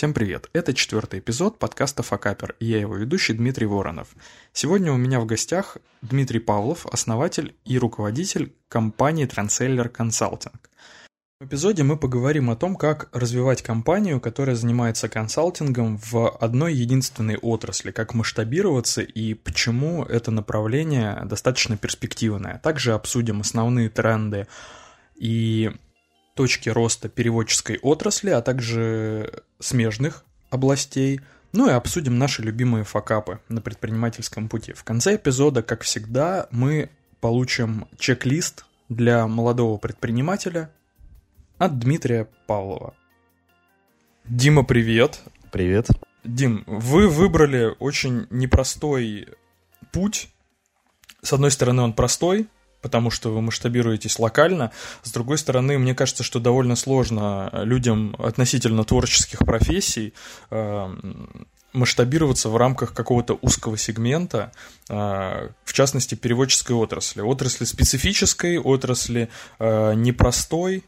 Всем привет! Это 4-й эпизод подкаста «Факапер», и я его ведущий Дмитрий Воронов. Сегодня у меня в гостях Дмитрий Павлов, основатель и руководитель компании Transeller Consulting. В эпизоде мы поговорим о том, как развивать компанию, которая занимается консалтингом в одной единственной отрасли, как масштабироваться и почему это направление достаточно перспективное. Также обсудим основные тренды и точки роста переводческой отрасли, а также смежных областей. Ну и обсудим наши любимые факапы на предпринимательском пути. В конце эпизода, как всегда, мы получим чек-лист для молодого предпринимателя от Дмитрия Павлова. Дима, привет! Привет. Дим, вы выбрали очень непростой путь. С одной стороны, он простой, потому что вы масштабируетесь локально. С другой стороны, мне кажется, что довольно сложно людям относительно творческих профессий масштабироваться в рамках какого-то узкого сегмента, в частности, переводческой отрасли. Отрасли специфической, отрасли непростой.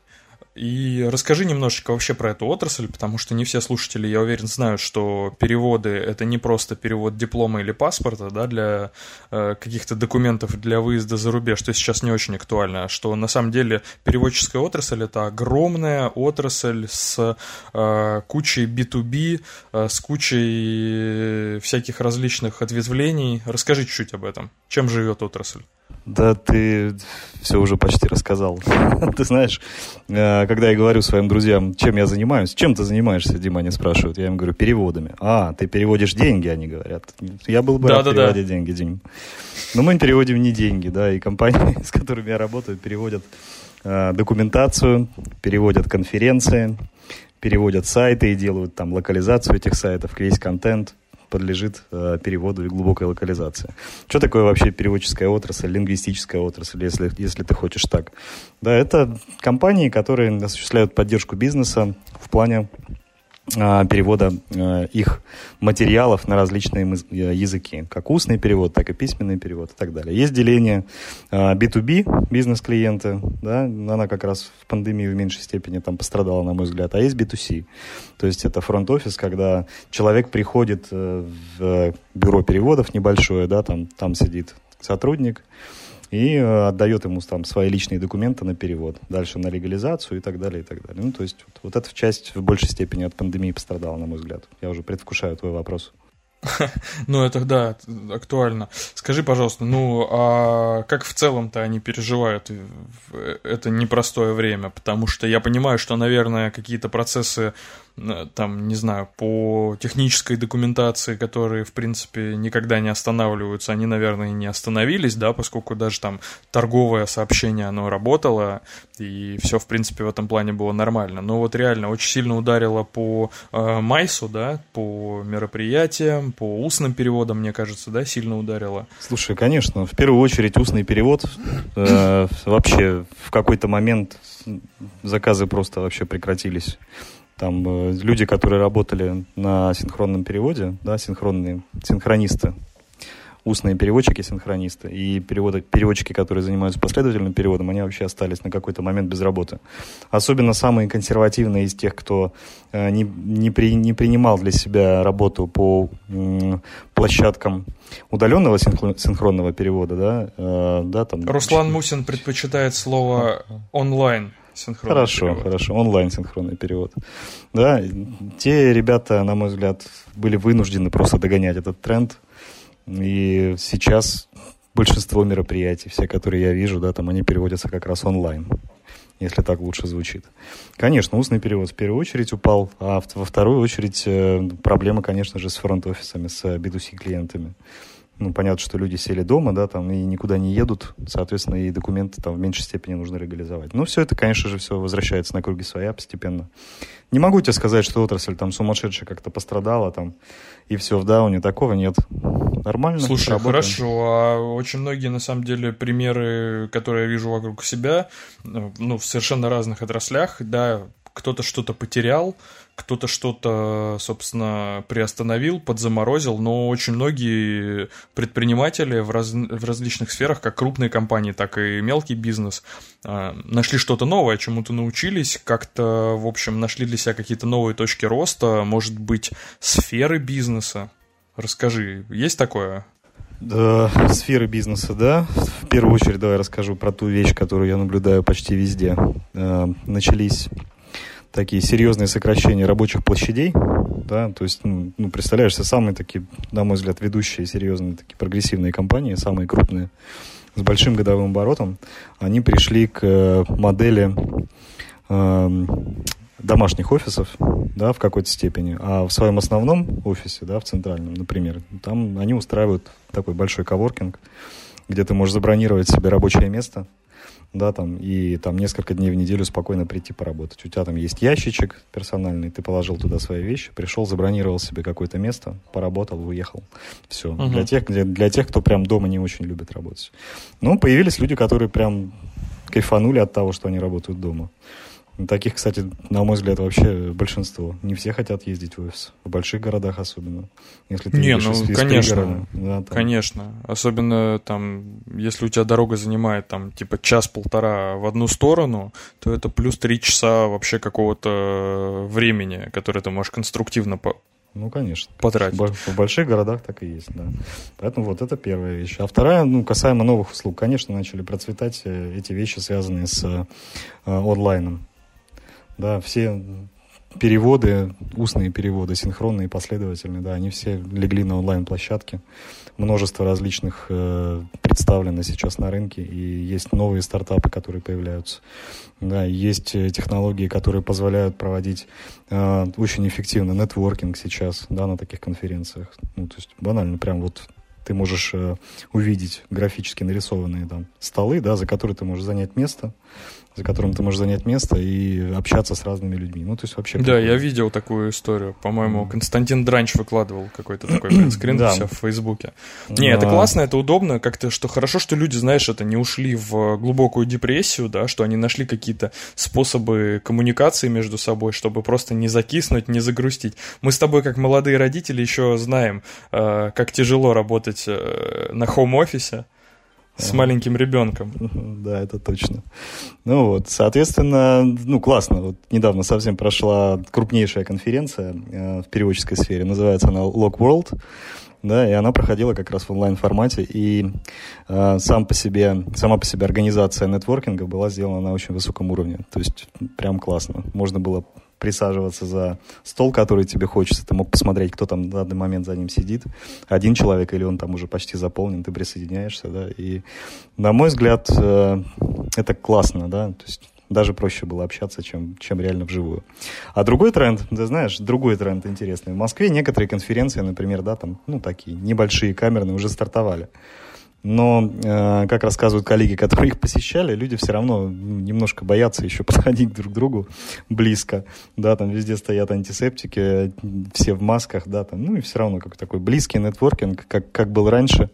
И расскажи немножечко вообще про эту отрасль, потому что не все слушатели, я уверен, знают, что переводы — это не просто перевод диплома или паспорта, да, для каких-то документов для выезда за рубеж, что сейчас не очень актуально, а что на самом деле переводческая отрасль — это огромная отрасль с кучей B2B, с кучей всяких различных ответвлений. Расскажи чуть-чуть об этом. Чем живет отрасль? Да, ты все уже почти рассказал. Ты знаешь, когда я говорю своим друзьям, чем я занимаюсь, чем ты занимаешься, Дима, они спрашивают, я им говорю, переводами. Ты переводишь деньги, они говорят. Я был бы рад переводить деньги, Дим. Но мы переводим не деньги, да, и компании, с которыми я работаю, переводят документацию, переводят конференции, переводят сайты и делают там локализацию этих сайтов, весь контент подлежит переводу и глубокой локализации. Что такое вообще переводческая отрасль, лингвистическая отрасль, если ты хочешь так? Да, это компании, которые осуществляют поддержку бизнеса в плане перевода их материалов на различные языки. Как устный перевод, так и письменный перевод и так далее. Есть деление B2B, бизнес-клиенты, да, она как раз в пандемии в меньшей степени там пострадала, на мой взгляд, а есть B2C. То есть это фронт-офис, когда человек приходит в бюро переводов небольшое, да, там сидит сотрудник, и отдает ему там свои личные документы на перевод, дальше на легализацию и так далее, и так далее. Ну, то есть вот эта часть в большей степени от пандемии пострадала, на мой взгляд. Я уже предвкушаю твой вопрос. Ну, это, да, актуально. Скажи, пожалуйста, а как в целом-то они переживают это непростое время? Потому что я понимаю, что, наверное, какие-то процессы, там, не знаю, по технической документации, которые, в принципе, никогда не останавливаются, они, наверное, и не остановились, да, поскольку даже там торговое сообщение, оно работало, и все, в принципе, в этом плане было нормально. Но вот реально очень сильно ударило по Майсу, да, по мероприятиям, по устным переводам, мне кажется, да, сильно ударило. Слушай, конечно, в первую очередь устный перевод. Вообще в какой-то момент заказы просто вообще прекратились. Там люди, которые работали на синхронном переводе, да, синхронисты, устные переводчики-синхронисты и переводчики, которые занимаются последовательным переводом, они вообще остались на какой-то момент без работы. Особенно самые консервативные из тех, кто не принимал для себя работу по площадкам удаленного синхронного перевода. Да, там... Руслан Мусин предпочитает слово «онлайн». Хорошо, онлайн-синхронный перевод. Да, те ребята, на мой взгляд, были вынуждены просто догонять этот тренд. И сейчас большинство мероприятий, все, которые я вижу, да, там они переводятся как раз онлайн, если так лучше звучит. Конечно, устный перевод в первую очередь упал, а во вторую очередь проблемы, конечно же, с фронт-офисами, с B2C клиентами. Ну, понятно, что люди сели дома, да, там, и никуда не едут, соответственно, и документы там в меньшей степени нужно легализовать. Но все это, конечно же, все возвращается на круги своя постепенно. Не могу тебе сказать, что отрасль там сумасшедшая как-то пострадала, там, и все в дауне, такого нет. Нормально. Слушай, работаем. Хорошо, а очень многие, на самом деле, примеры, которые я вижу вокруг себя, ну, в совершенно разных отраслях, да, кто-то что-то потерял, кто-то что-то, собственно, приостановил, подзаморозил, но очень многие предприниматели в различных сферах, как крупные компании, так и мелкий бизнес, нашли что-то новое, чему-то научились, как-то, в общем, нашли для себя какие-то новые точки роста, может быть, сферы бизнеса. Расскажи, есть такое? Да, сферы бизнеса, да. В первую очередь давай расскажу про ту вещь, которую я наблюдаю почти везде. Начались такие серьезные сокращения рабочих площадей, да, то есть, представляешь, самые такие, на мой взгляд, ведущие серьезные такие прогрессивные компании, самые крупные, с большим годовым оборотом, они пришли к модели домашних офисов, да, в какой-то степени, а в своем основном офисе, да, в центральном, например, там они устраивают такой большой коворкинг, где ты можешь забронировать себе рабочее место, да, там, и там несколько дней в неделю спокойно прийти поработать. У тебя там есть ящичек персональный, ты положил туда свои вещи, пришел, забронировал себе какое-то место, поработал, уехал. Все. Для тех, кто прям дома не очень любит работать. Ну, появились люди, которые прям кайфанули от того, что они работают дома. Таких, кстати, на мой взгляд, вообще большинство. Не все хотят ездить в офис. В больших городах особенно. Если ты конечно. Да, конечно. Особенно там, если у тебя дорога занимает там типа час-полтора в одну сторону, то это плюс 3 часа вообще какого-то времени, которое ты можешь конструктивно конечно. потратить. В больших городах так и есть, да. Поэтому вот это первая вещь. А вторая, касаемо новых услуг, конечно, начали процветать эти вещи, связанные с онлайном. Да, все переводы, устные переводы, синхронные, последовательные, да, они все легли на онлайн-площадке. Множество различных представлено сейчас на рынке, и есть новые стартапы, которые появляются. Да, есть технологии, которые позволяют проводить очень эффективно нетворкинг сейчас, да, на таких конференциях. То есть банально, прям вот ты можешь увидеть графически нарисованные там столы, да, за которым ты можешь занять место, и общаться с разными людьми. То есть вообще... Да, я видел такую историю. По-моему, Константин Дранч выкладывал какой-то такой принтскрин у себя в Фейсбуке. Не, это классно, это удобно. Как-то, что хорошо, что люди, знаешь, это не ушли в глубокую депрессию, да, что они нашли какие-то способы коммуникации между собой, чтобы просто не закиснуть, не загрустить. Мы с тобой, как молодые родители, еще знаем, как тяжело работать на хоум-офисе с маленьким ребенком. Да, это точно. Соответственно, классно. Вот недавно совсем прошла крупнейшая конференция в переводческой сфере. Называется она Log World. Да, и она проходила как раз в онлайн-формате. И сама по себе организация нетворкинга была сделана на очень высоком уровне. То есть прям классно. Можно было присаживаться за стол, который тебе хочется. Ты мог посмотреть, кто там в данный момент за ним сидит. Один человек или он там уже почти заполнен, ты присоединяешься, да. И, на мой взгляд, это классно, да. То есть даже проще было общаться, чем реально вживую. А другой тренд, ты знаешь, интересный. В Москве некоторые конференции, например, да, там, такие небольшие, камерные, уже стартовали. Но, как рассказывают коллеги, которые их посещали, люди все равно немножко боятся еще подходить друг к другу близко. Да, там везде стоят антисептики, все в масках, да, там, и все равно как такой близкий нетворкинг, как был раньше,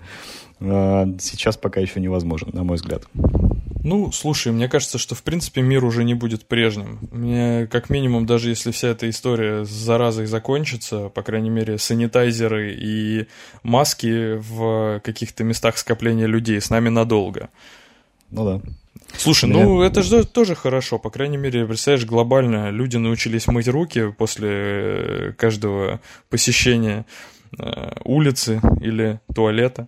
сейчас пока еще невозможен, на мой взгляд. Слушай, мне кажется, что, в принципе, мир уже не будет прежним. Мне, как минимум, даже если вся эта история с заразой закончится, по крайней мере, санитайзеры и маски в каких-то местах скопления людей с нами надолго. Да. Слушай, это же тоже хорошо. По крайней мере, представляешь, глобально люди научились мыть руки после каждого посещения улицы или туалета.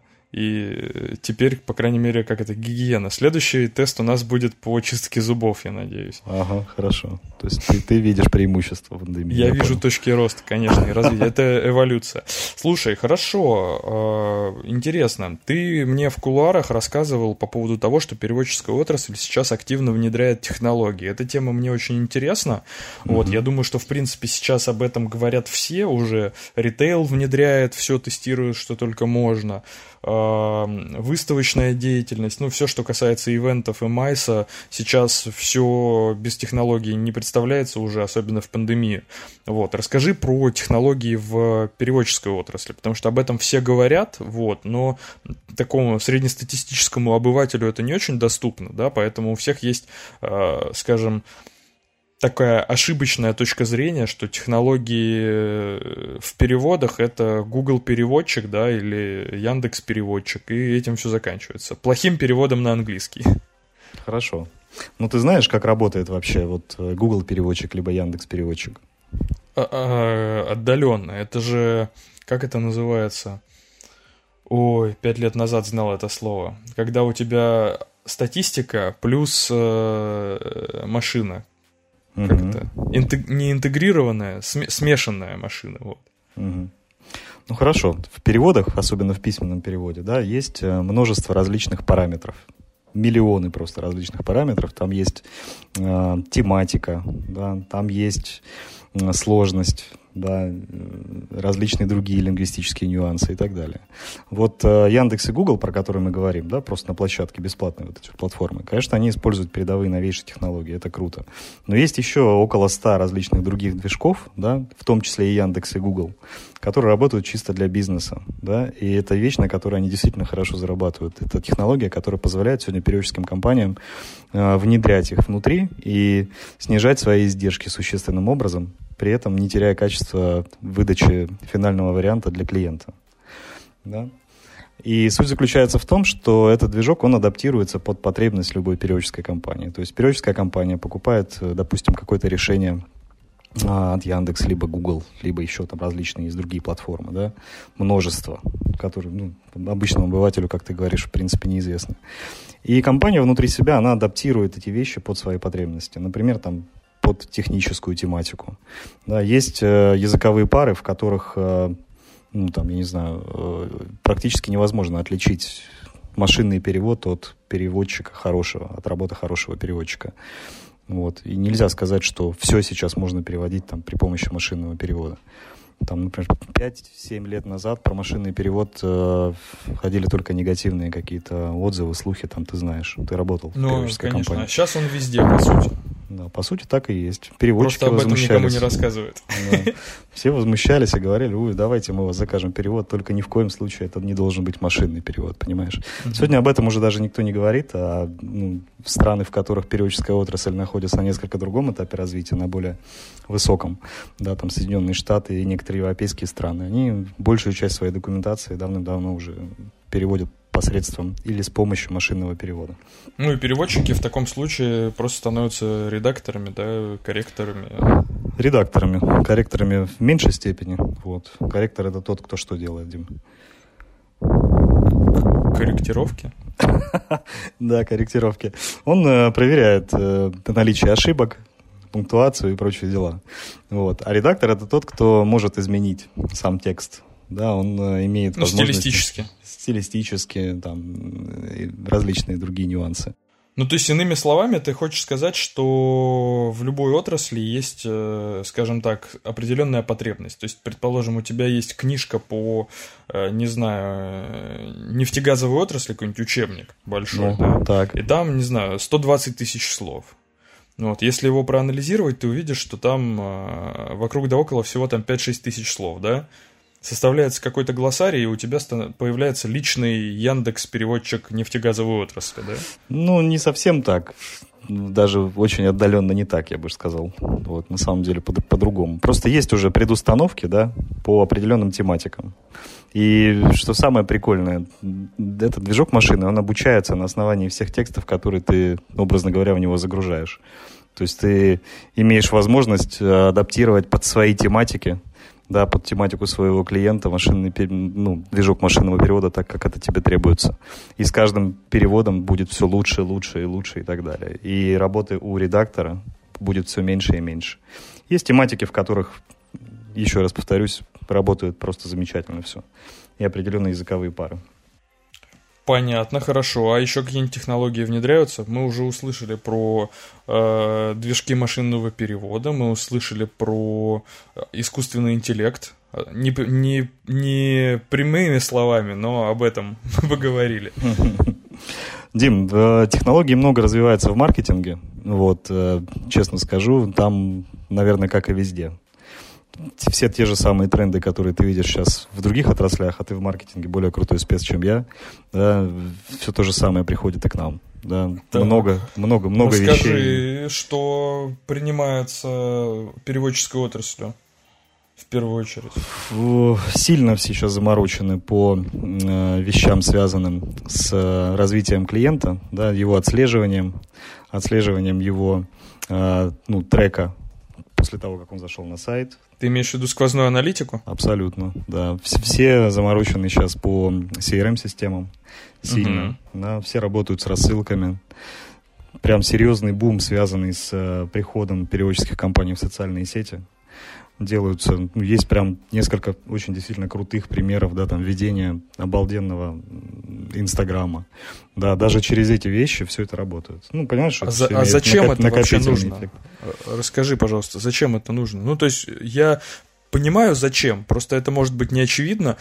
И теперь, по крайней мере, гигиена. Следующий тест у нас будет по чистке зубов, я надеюсь. Ага, хорошо. То есть ты видишь преимущество в пандемии. Я вижу точки роста, конечно, и развития. Это эволюция. Слушай, хорошо, интересно. Ты мне в кулуарах рассказывал по поводу того, что переводческая отрасль сейчас активно внедряет технологии. Эта тема мне очень интересна. Я думаю, что, в принципе, сейчас об этом говорят все уже. Ритейл внедряет, все тестирует, что только можно. Выставочная деятельность, все, что касается ивентов и майса, сейчас все без технологий не представляется уже, особенно в пандемии. Расскажи про технологии в переводческой отрасли, потому что об этом все говорят, но такому среднестатистическому обывателю это не очень доступно, да, поэтому у всех есть, скажем, такая ошибочная точка зрения, что технологии в переводах — это Google переводчик, да, или Яндекс переводчик, и этим все заканчивается. Плохим переводом на английский. Хорошо. Ну, ты знаешь, как работает вообще вот Google переводчик либо Яндекс переводчик? Отдаленно. Это же, как это называется? Ой, 5 лет назад знал это слово. Когда у тебя статистика плюс машина. Как это? Не интегрированная, смешанная машина. Вот. Ну хорошо. В переводах, особенно в письменном переводе, да, есть множество различных параметров. Миллионы просто различных параметров. Там есть тематика, да, там есть сложность, да, различные другие лингвистические нюансы и так далее. Вот Яндекс и Google, про которые мы говорим, да, просто на площадке бесплатные вот эти платформы, конечно, они используют передовые новейшие технологии, это круто. Но есть еще около 100 различных других движков, да, в том числе и Яндекс и Google, которые работают чисто для бизнеса, да, и это вещь, на которой они действительно хорошо зарабатывают. Это технология, которая позволяет сегодня переводческим компаниям внедрять их внутри и снижать свои издержки существенным образом, при этом не теряя качество выдачи финального варианта для клиента. Да? И суть заключается в том, что этот движок, он адаптируется под потребность любой переводческой компании. То есть переводческая компания покупает, допустим, какое-то решение от Яндекс, либо Google, либо еще там различные есть другие платформы, да, множество, которые обычному обывателю, как ты говоришь, в принципе неизвестны. И компания внутри себя, она адаптирует эти вещи под свои потребности. Например, там, под техническую тематику. Да, есть языковые пары, в которых, я не знаю, практически невозможно отличить машинный перевод от переводчика хорошего, от работы хорошего переводчика. Вот. И нельзя сказать, что все сейчас можно переводить там, при помощи машинного перевода. Там, например, 5-7 лет назад про машинный перевод ходили только негативные какие-то отзывы, слухи, там, ты знаешь, ты работал в переводческой компании. А сейчас он везде, по сути. Да, по сути, так и есть. Переводчики просто об этом возмущались. никому не рассказывают. Да. Все возмущались и говорили, давайте мы вас закажем перевод, только ни в коем случае это не должен быть машинный перевод, понимаешь? Сегодня об этом уже даже никто не говорит, а страны, в которых переводческая отрасль находится на несколько другом этапе развития, на более высоком, да, там Соединенные Штаты и некоторые европейские страны, они большую часть своей документации давным-давно уже переводят посредством или с помощью машинного перевода. Ну и переводчики в таком случае просто становятся редакторами, да, корректорами. Редакторами, корректорами в меньшей степени. Вот. Корректор — это тот, кто что делает, Дим? Корректировки? Да, корректировки. Он проверяет наличие ошибок, пунктуацию и прочие дела. Вот. А редактор — это тот, кто может изменить сам текст. Да, он имеет возможность... Стилистически, там, и различные другие нюансы. Ну, то есть, иными словами, ты хочешь сказать, что в любой отрасли есть, скажем так, определенная потребность. То есть, предположим, у тебя есть книжка по, не знаю, нефтегазовой отрасли, какой-нибудь учебник большой, да? Так. И там, не знаю, 120 тысяч слов. Вот, если его проанализировать, ты увидишь, что там вокруг да около всего там 5-6 тысяч слов, да? Составляется какой-то глоссарий, и у тебя появляется личный Яндекс-переводчик нефтегазовой отрасли, да? Ну, не совсем так. Даже очень отдаленно не так, я бы сказал. Вот, на самом деле по-другому. Просто есть уже предустановки, да, по определенным тематикам. И что самое прикольное, этот движок машины, он обучается на основании всех текстов, которые ты, образно говоря, в него загружаешь. То есть ты имеешь возможность адаптировать под свои тематики, да, под тематику своего клиента движок машинного перевода так, как это тебе требуется. И с каждым переводом будет все лучше, лучше и лучше и так далее. И работы у редактора будет все меньше и меньше. Есть тематики, в которых, еще раз повторюсь, работают просто замечательно все. И определенные языковые пары. Понятно, хорошо. А еще какие-нибудь технологии внедряются? Мы уже услышали про движки машинного перевода, мы услышали про искусственный интеллект. Не прямыми словами, но об этом мы поговорили. Дим, технологий много развивается в маркетинге. Вот, честно скажу, там, наверное, как и везде. Все те же самые тренды, которые ты видишь сейчас в других отраслях, а ты в маркетинге более крутой спец, чем я, да, все то же самое приходит и к нам. да, Так. много вещей. Расскажи, что принимается переводческой отраслью в первую очередь? Сильно все сейчас заморочены по вещам, связанным с развитием клиента, да, его отслеживанием его трека после того, как он зашел на сайт. Ты имеешь в виду сквозную аналитику? Абсолютно, да. Все заморочены сейчас по CRM-системам сильно. Да, все работают с рассылками. Прям серьезный бум, связанный с приходом переводческих компаний в социальные сети. Делаются, есть прям несколько очень действительно крутых примеров, да, там, введения обалденного Инстаграма. Да, даже через эти вещи все это работает. Ну, понимаешь, что зачем это вообще нужно? Эффект. Расскажи, пожалуйста, зачем это нужно? Ну, то есть, я понимаю, зачем, просто это может быть не очевидно.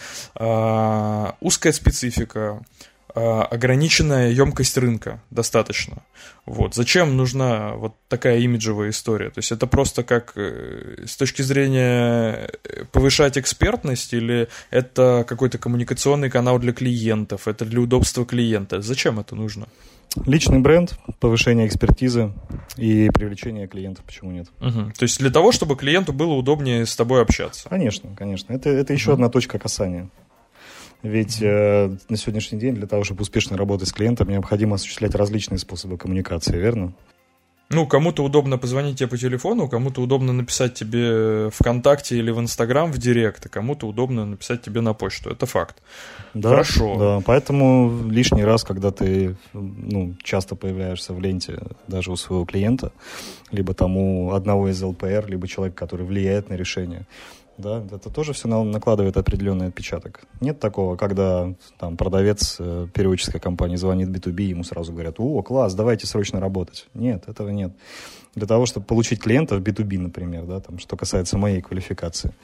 Узкая специфика, ограниченная емкость рынка достаточно. Вот. Зачем нужна вот такая имиджевая история? То есть это просто как с точки зрения повышать экспертность, или это какой-то коммуникационный канал для клиентов, это для удобства клиента? Зачем это нужно? Личный бренд, повышение экспертизы и привлечение клиентов, почему нет? Угу. То есть для того, чтобы клиенту было удобнее с тобой общаться? Конечно. Это еще одна точка касания. Ведь на сегодняшний день для того, чтобы успешно работать с клиентом, необходимо осуществлять различные способы коммуникации, верно? Ну, кому-то удобно позвонить тебе по телефону, кому-то удобно написать тебе ВКонтакте или в Инстаграм в директ, а кому-то удобно написать тебе на почту. Это факт. Да, хорошо. Да, поэтому лишний раз, когда ты часто появляешься в ленте даже у своего клиента, либо тому одного из ЛПР, либо человека, который влияет на решение, да, это тоже все накладывает определенный отпечаток. Нет такого, когда там продавец переводческой компании звонит B2B, ему сразу говорят: о, класс, давайте срочно работать. Нет, этого нет. Для того, чтобы получить клиента в B2B, например, да, там, что касается моей квалификации,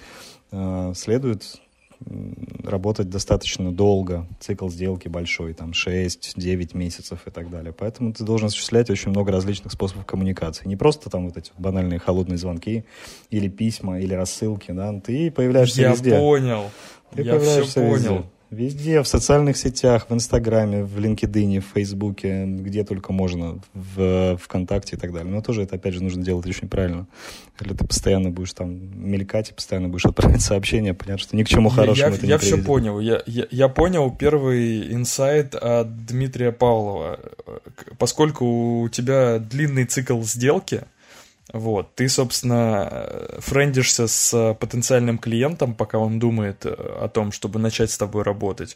следует работать достаточно долго, цикл сделки большой, там 6-9 месяцев и так далее. Поэтому ты должен осуществлять очень много различных способов коммуникации. Не просто там вот эти банальные холодные звонки или письма, или рассылки, да, ты появляешься везде. Я понял. Я все понял. Везде, в социальных сетях, в Инстаграме, в LinkedIn, в Фейсбуке, где только можно, в ВКонтакте и так далее. Но тоже это, опять же, нужно делать очень правильно. Если ты постоянно будешь там мелькать и постоянно будешь отправлять сообщения, понятно, что ни к чему хорошему это не приведет. Я все понял. Я понял первый инсайт от Дмитрия Павлова. Поскольку у тебя длинный цикл сделки, вот, ты, собственно, френдишься с потенциальным клиентом, пока он думает о том, чтобы начать с тобой работать.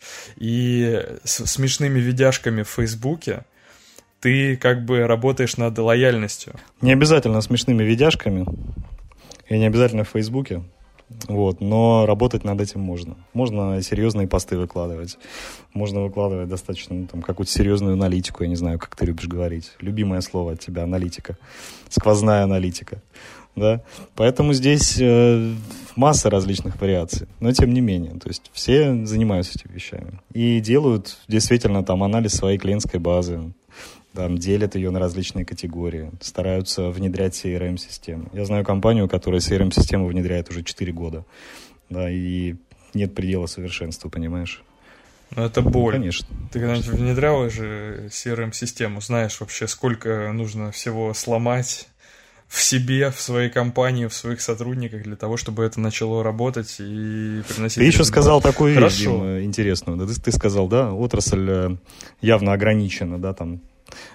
И с смешными видяшками в Фейсбуке ты как бы работаешь над лояльностью. Не обязательно смешными видяшками и не обязательно в Фейсбуке. Вот, но работать над этим можно. Можно серьезные посты выкладывать. Можно выкладывать достаточно какую-то серьезную аналитику, я не знаю, как ты любишь говорить. Любимое слово от тебя — аналитика. Сквозная аналитика. Да? Поэтому здесь масса различных вариаций. Но тем не менее, то есть все занимаются этими вещами. И делают действительно там анализ своей клиентской базы. Там, делят ее на различные категории, стараются внедрять CRM-системы. Я знаю компанию, которая CRM-систему внедряет уже 4 года. Да, и нет предела совершенства, понимаешь? Ну, это боль. Конечно. Ты когда-нибудь внедрял же CRM-систему? Знаешь вообще, сколько нужно всего сломать в себе, в своей компании, в своих сотрудниках для того, чтобы это начало работать и приносить... Ты еще сказал такую вещь, Хорошо. Дима, интересную. Да, ты сказал, да, отрасль явно ограничена, да, там,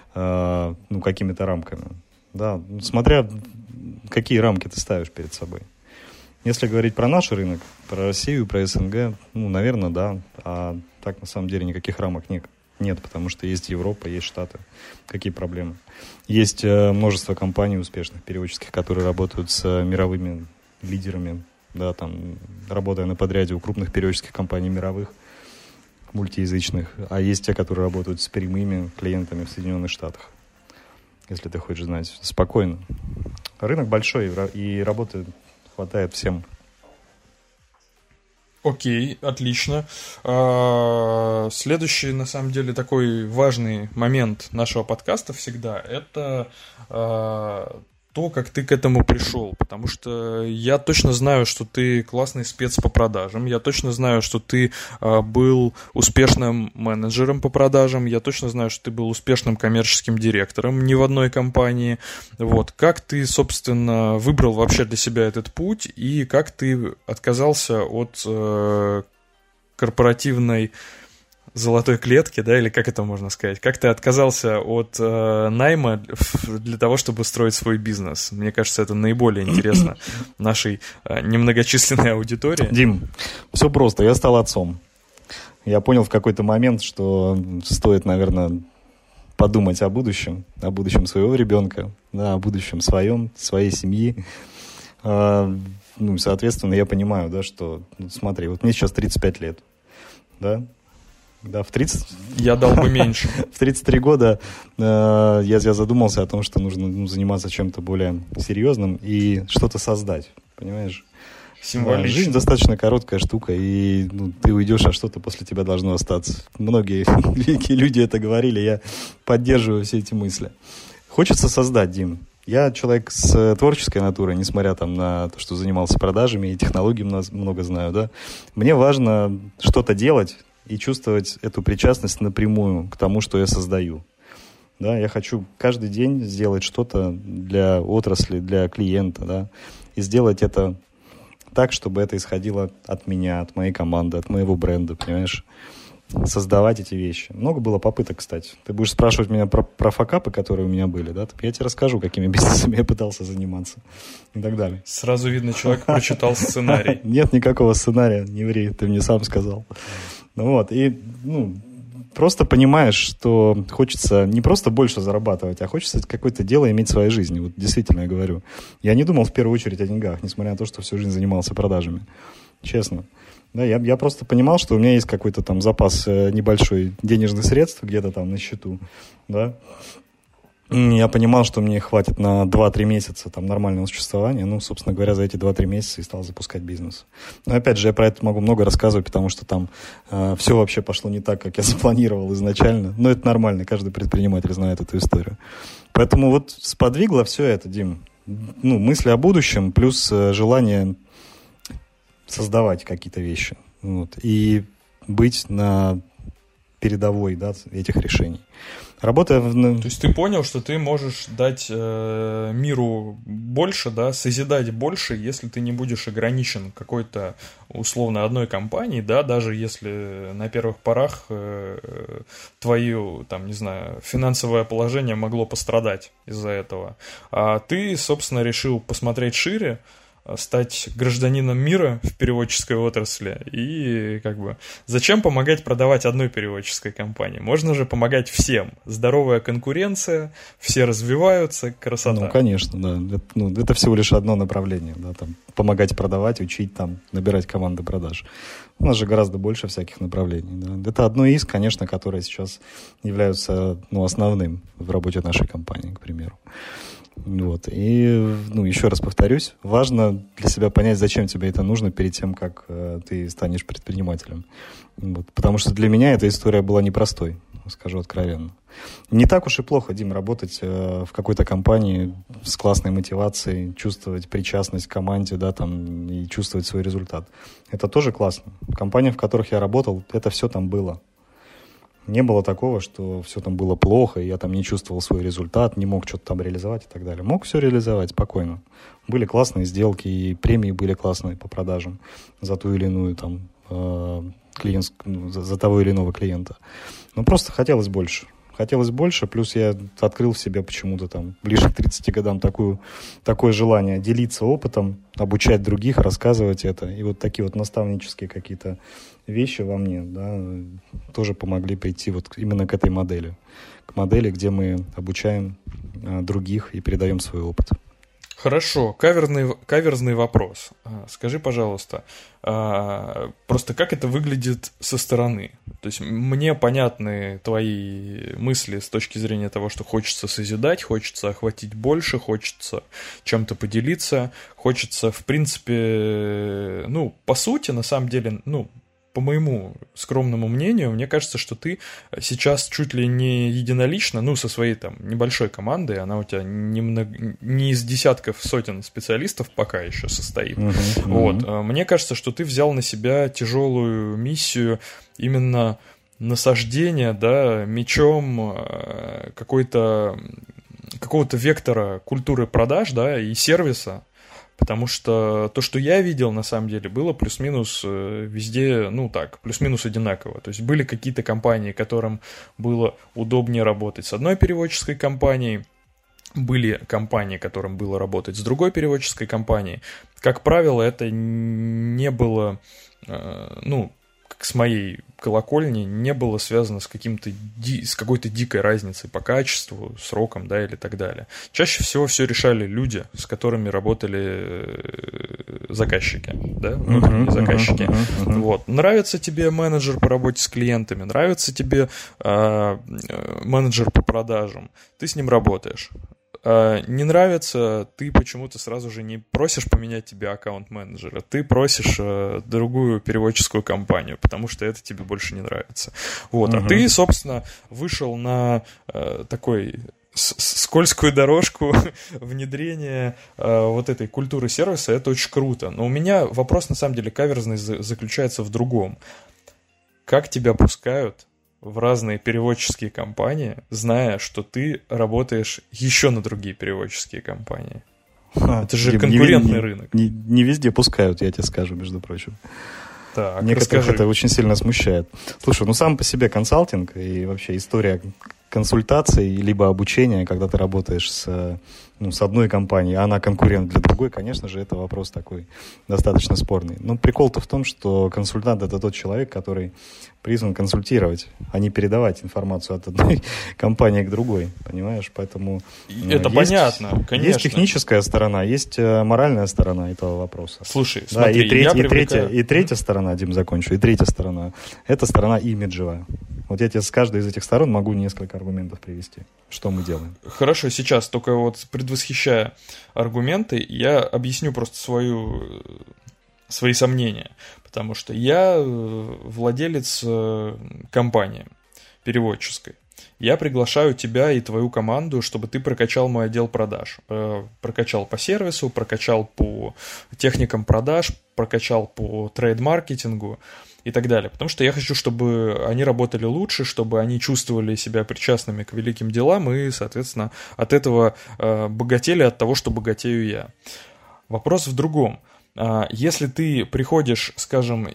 какими-то рамками. Да, смотря какие рамки ты ставишь перед собой. Если говорить про наш рынок, про Россию, про СНГ, наверное, да. А так, на самом деле, никаких рамок нет, потому что есть Европа, есть Штаты. Какие проблемы? Есть множество компаний успешных, переводческих, которые работают с мировыми лидерами, да, там, работая на подряде у крупных переводческих компаний мировых, мультиязычных, а есть те, которые работают с прямыми клиентами в Соединенных Штатах, если ты хочешь знать. Спокойно. Рынок большой, и работы хватает всем. Окей, отлично. Следующий, на самом деле, такой важный момент нашего подкаста всегда — это то, как ты к этому пришел, потому что я точно знаю, что ты классный спец по продажам, я точно знаю, что ты был успешным менеджером по продажам, я точно знаю, что ты был успешным коммерческим директором не в одной компании. Вот. Как ты, собственно, выбрал вообще для себя этот путь и как ты отказался от корпоративной золотой клетки, да, или как это можно сказать? Как ты отказался от найма для того, чтобы строить свой бизнес? Мне кажется, это наиболее интересно нашей немногочисленной аудитории. Дим, все просто. Я стал отцом. Я понял в какой-то момент, что стоит, наверное, подумать о будущем своего ребенка, да, о будущем своей семьи. Соответственно, я понимаю, да, что, смотри, вот мне сейчас 35 лет, да, в 30... Я дал бы меньше. В 33 года я задумался о том, что нужно заниматься чем-то более серьезным и что-то создать, понимаешь? Символично. Жизнь достаточно короткая штука, и ты уйдешь, а что-то после тебя должно остаться. Многие великие люди это говорили, я поддерживаю все эти мысли. Хочется создать, Дим. Я человек с творческой натурой, несмотря там на то, что занимался продажами и технологий много знаю, да. Мне важно что-то делать и чувствовать эту причастность напрямую к тому, что я создаю. Да, я хочу каждый день сделать что-то для отрасли, для клиента, да, и сделать это так, чтобы это исходило от меня, от моей команды, от моего бренда, понимаешь? Создавать эти вещи. Много было попыток, кстати. Ты будешь спрашивать меня про факапы, которые у меня были, да? Я тебе расскажу, какими бизнесами я пытался заниматься и так далее. Сразу видно, человек прочитал сценарий. Нет никакого сценария, не ври, ты мне сам сказал. Просто понимаешь, что хочется не просто больше зарабатывать, а хочется какое-то дело иметь в своей жизни. Вот действительно я говорю. Я не думал в первую очередь о деньгах, несмотря на то, что всю жизнь занимался продажами. Честно. Да, я просто понимал, что у меня есть какой-то там запас небольшой денежных средств где-то там на счету. Да. Я понимал, что мне хватит на 2-3 месяца там нормального существования. Собственно говоря, за эти 2-3 месяца и стал запускать бизнес. Но опять же, я про это могу много рассказывать, потому что там все вообще пошло не так, как я запланировал изначально. Но это нормально, каждый предприниматель знает эту историю. Поэтому вот сподвигло все это, Дим. Мысли о будущем плюс желание создавать какие-то вещи. И быть на передовой, да, этих решений. Работая То есть ты понял, что ты можешь дать миру больше, да, созидать больше, если ты не будешь ограничен какой-то условно одной компанией, да, даже если на первых порах твое, там, не знаю, финансовое положение могло пострадать из-за этого. А ты, собственно, решил посмотреть шире, стать гражданином мира в переводческой отрасли и зачем помогать продавать одной переводческой компании? Можно же помогать всем. Здоровая конкуренция, все развиваются, красота. Конечно, да. Это всего лишь одно направление. Да, там, помогать продавать, учить, там, набирать команды продаж. У нас же гораздо больше всяких направлений. Да. Это одно из, конечно, которые сейчас являются основным в работе нашей компании, к примеру. И, еще раз повторюсь, важно для себя понять, зачем тебе это нужно перед тем, как ты станешь предпринимателем. Потому что для меня эта история была непростой, скажу откровенно. Не так уж и плохо, Дим, работать в какой-то компании с классной мотивацией, чувствовать причастность к команде, да, там, и чувствовать свой результат. Это тоже классно. В компаниях, в которых я работал, это все там было. Не было такого, что все там было плохо, и я там не чувствовал свой результат, не мог что-то там реализовать и так далее. Мог все реализовать спокойно. Были классные сделки, и премии были классные по продажам за ту или иную там за того или иного клиента. Но просто хотелось больше. Хотелось больше, плюс я открыл в себе почему-то там ближе к 30 годам такое желание делиться опытом, обучать других, рассказывать это. И вот такие вот наставнические какие-то вещи во мне, да, тоже помогли прийти вот именно к этой модели. К модели, где мы обучаем других и передаем свой опыт. Хорошо, каверзный вопрос. Скажи, пожалуйста, просто как это выглядит со стороны? То есть мне понятны твои мысли с точки зрения того, что хочется созидать, хочется охватить больше, хочется чем-то поделиться, хочется, в принципе, по сути, на самом деле, по моему скромному мнению, мне кажется, что ты сейчас чуть ли не единолично, ну, со своей там небольшой командой, она у тебя не из десятков, сотен специалистов пока еще состоит. Вот. Мне кажется, что ты взял на себя тяжелую миссию именно насаждения, да, мечом какого-то вектора культуры продаж, да, и сервиса. Потому что то, что я видел, на самом деле, было плюс-минус везде, ну так, плюс-минус одинаково. То есть были какие-то компании, которым было удобнее работать с одной переводческой компанией, были компании, которым было работать с другой переводческой компанией. Как правило, это не было, ну, как с моей колокольни, не было связано с какой-то дикой разницей по качеству, срокам, да, или так далее. Чаще всего все решали люди, с которыми работали заказчики, да, внутренние заказчики. Вот. Нравится тебе менеджер по работе с клиентами, нравится тебе менеджер по продажам, ты с ним работаешь. Не нравится, ты почему-то сразу же не просишь поменять тебе аккаунт-менеджера, ты просишь другую переводческую компанию, потому что это тебе больше не нравится. Вот. А ты, собственно, вышел на такой скользкую дорожку внедрения вот этой культуры сервиса, это очень круто. Но у меня вопрос, на самом деле, каверзный заключается в другом. Как тебя пускают в разные переводческие компании, зная, что ты работаешь еще на другие переводческие компании? Это же конкурентный рынок. Не везде пускают, я тебе скажу, между прочим. Так, некоторых расскажи. это очень сильно смущает. Слушай, ну сам по себе консалтинг и вообще история консультаций либо обучения, когда ты работаешь с одной компанией, а она конкурент для другой, конечно же, это вопрос такой достаточно спорный. Но прикол-то в том, что консультант — это тот человек, который призван консультировать, а не передавать информацию от одной компании к другой, понимаешь? Поэтому это понятно, конечно. Есть техническая сторона, есть моральная сторона этого вопроса. Слушай, да, смотри, и третья сторона, Дим, закончу, и третья сторона — это сторона имиджевая. Вот я тебе с каждой из этих сторон могу несколько аргументов привести, что мы делаем. Хорошо, сейчас только вот предвосхищая аргументы, я объясню просто свои сомнения, потому что я владелец компании переводческой. Я приглашаю тебя и твою команду, чтобы ты прокачал мой отдел продаж. Прокачал по сервису, прокачал по техникам продаж, прокачал по трейд-маркетингу и так далее. Потому что я хочу, чтобы они работали лучше, чтобы они чувствовали себя причастными к великим делам и, соответственно, от этого богатели от того, что богатею я. Вопрос в другом. Если ты приходишь, скажем,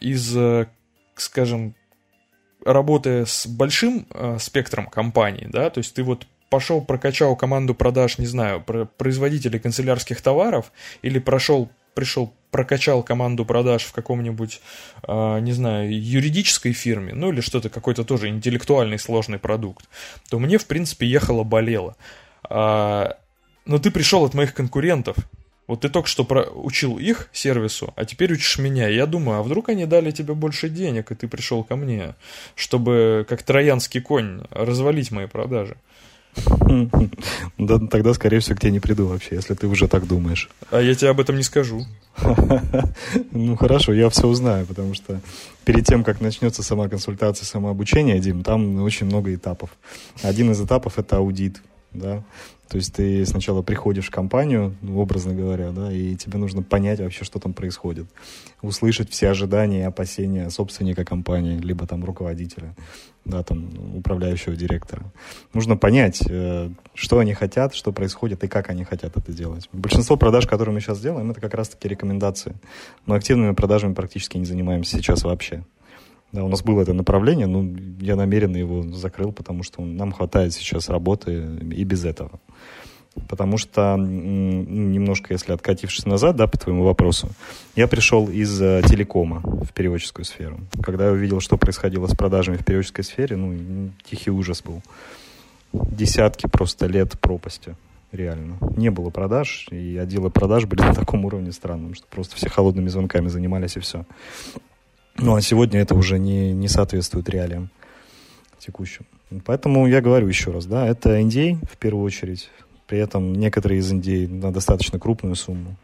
работая с большим спектром компаний, да, то есть ты вот пошел, прокачал команду продаж, не знаю, производителей канцелярских товаров, или пришел, прокачал команду продаж в каком-нибудь, не знаю, юридической фирме, ну или что-то, какой-то тоже интеллектуальный сложный продукт, то мне, в принципе, ехало-болело. Но ты пришел от моих конкурентов. Вот ты только что учил их сервису, а теперь учишь меня. Я думаю, а вдруг они дали тебе больше денег, и ты пришел ко мне, чтобы, как троянский конь, развалить мои продажи. Да, тогда, скорее всего, к тебе не приду вообще, если ты уже так думаешь. А я тебе об этом не скажу. Ну, хорошо, я все узнаю, потому что перед тем, как начнется сама консультация, самообучение, Дим, там очень много этапов. Один из этапов — это аудит, да. То есть ты сначала приходишь в компанию, образно говоря, да, и тебе нужно понять вообще, что там происходит. Услышать все ожидания и опасения собственника компании, либо там руководителя, да, там управляющего директора. Нужно понять, что они хотят, что происходит и как они хотят это делать. Большинство продаж, которые мы сейчас делаем, это как раз-таки рекомендации. Мы активными продажами практически не занимаемся сейчас вообще. Да, у нас было это направление, но я намеренно его закрыл, потому что нам хватает сейчас работы и без этого. Потому что, немножко если откатившись назад, да, по твоему вопросу, я пришел из телекома в переводческую сферу. Когда я увидел, что происходило с продажами в переводческой сфере, тихий ужас был. Десятки просто лет пропасти, реально. Не было продаж, и отделы продаж были на таком уровне странном, что просто все холодными звонками занимались, и все. Ну, а сегодня это уже не соответствует реалиям текущим. Поэтому я говорю еще раз, да, это NDA в первую очередь. При этом некоторые из NDA на достаточно крупную сумму.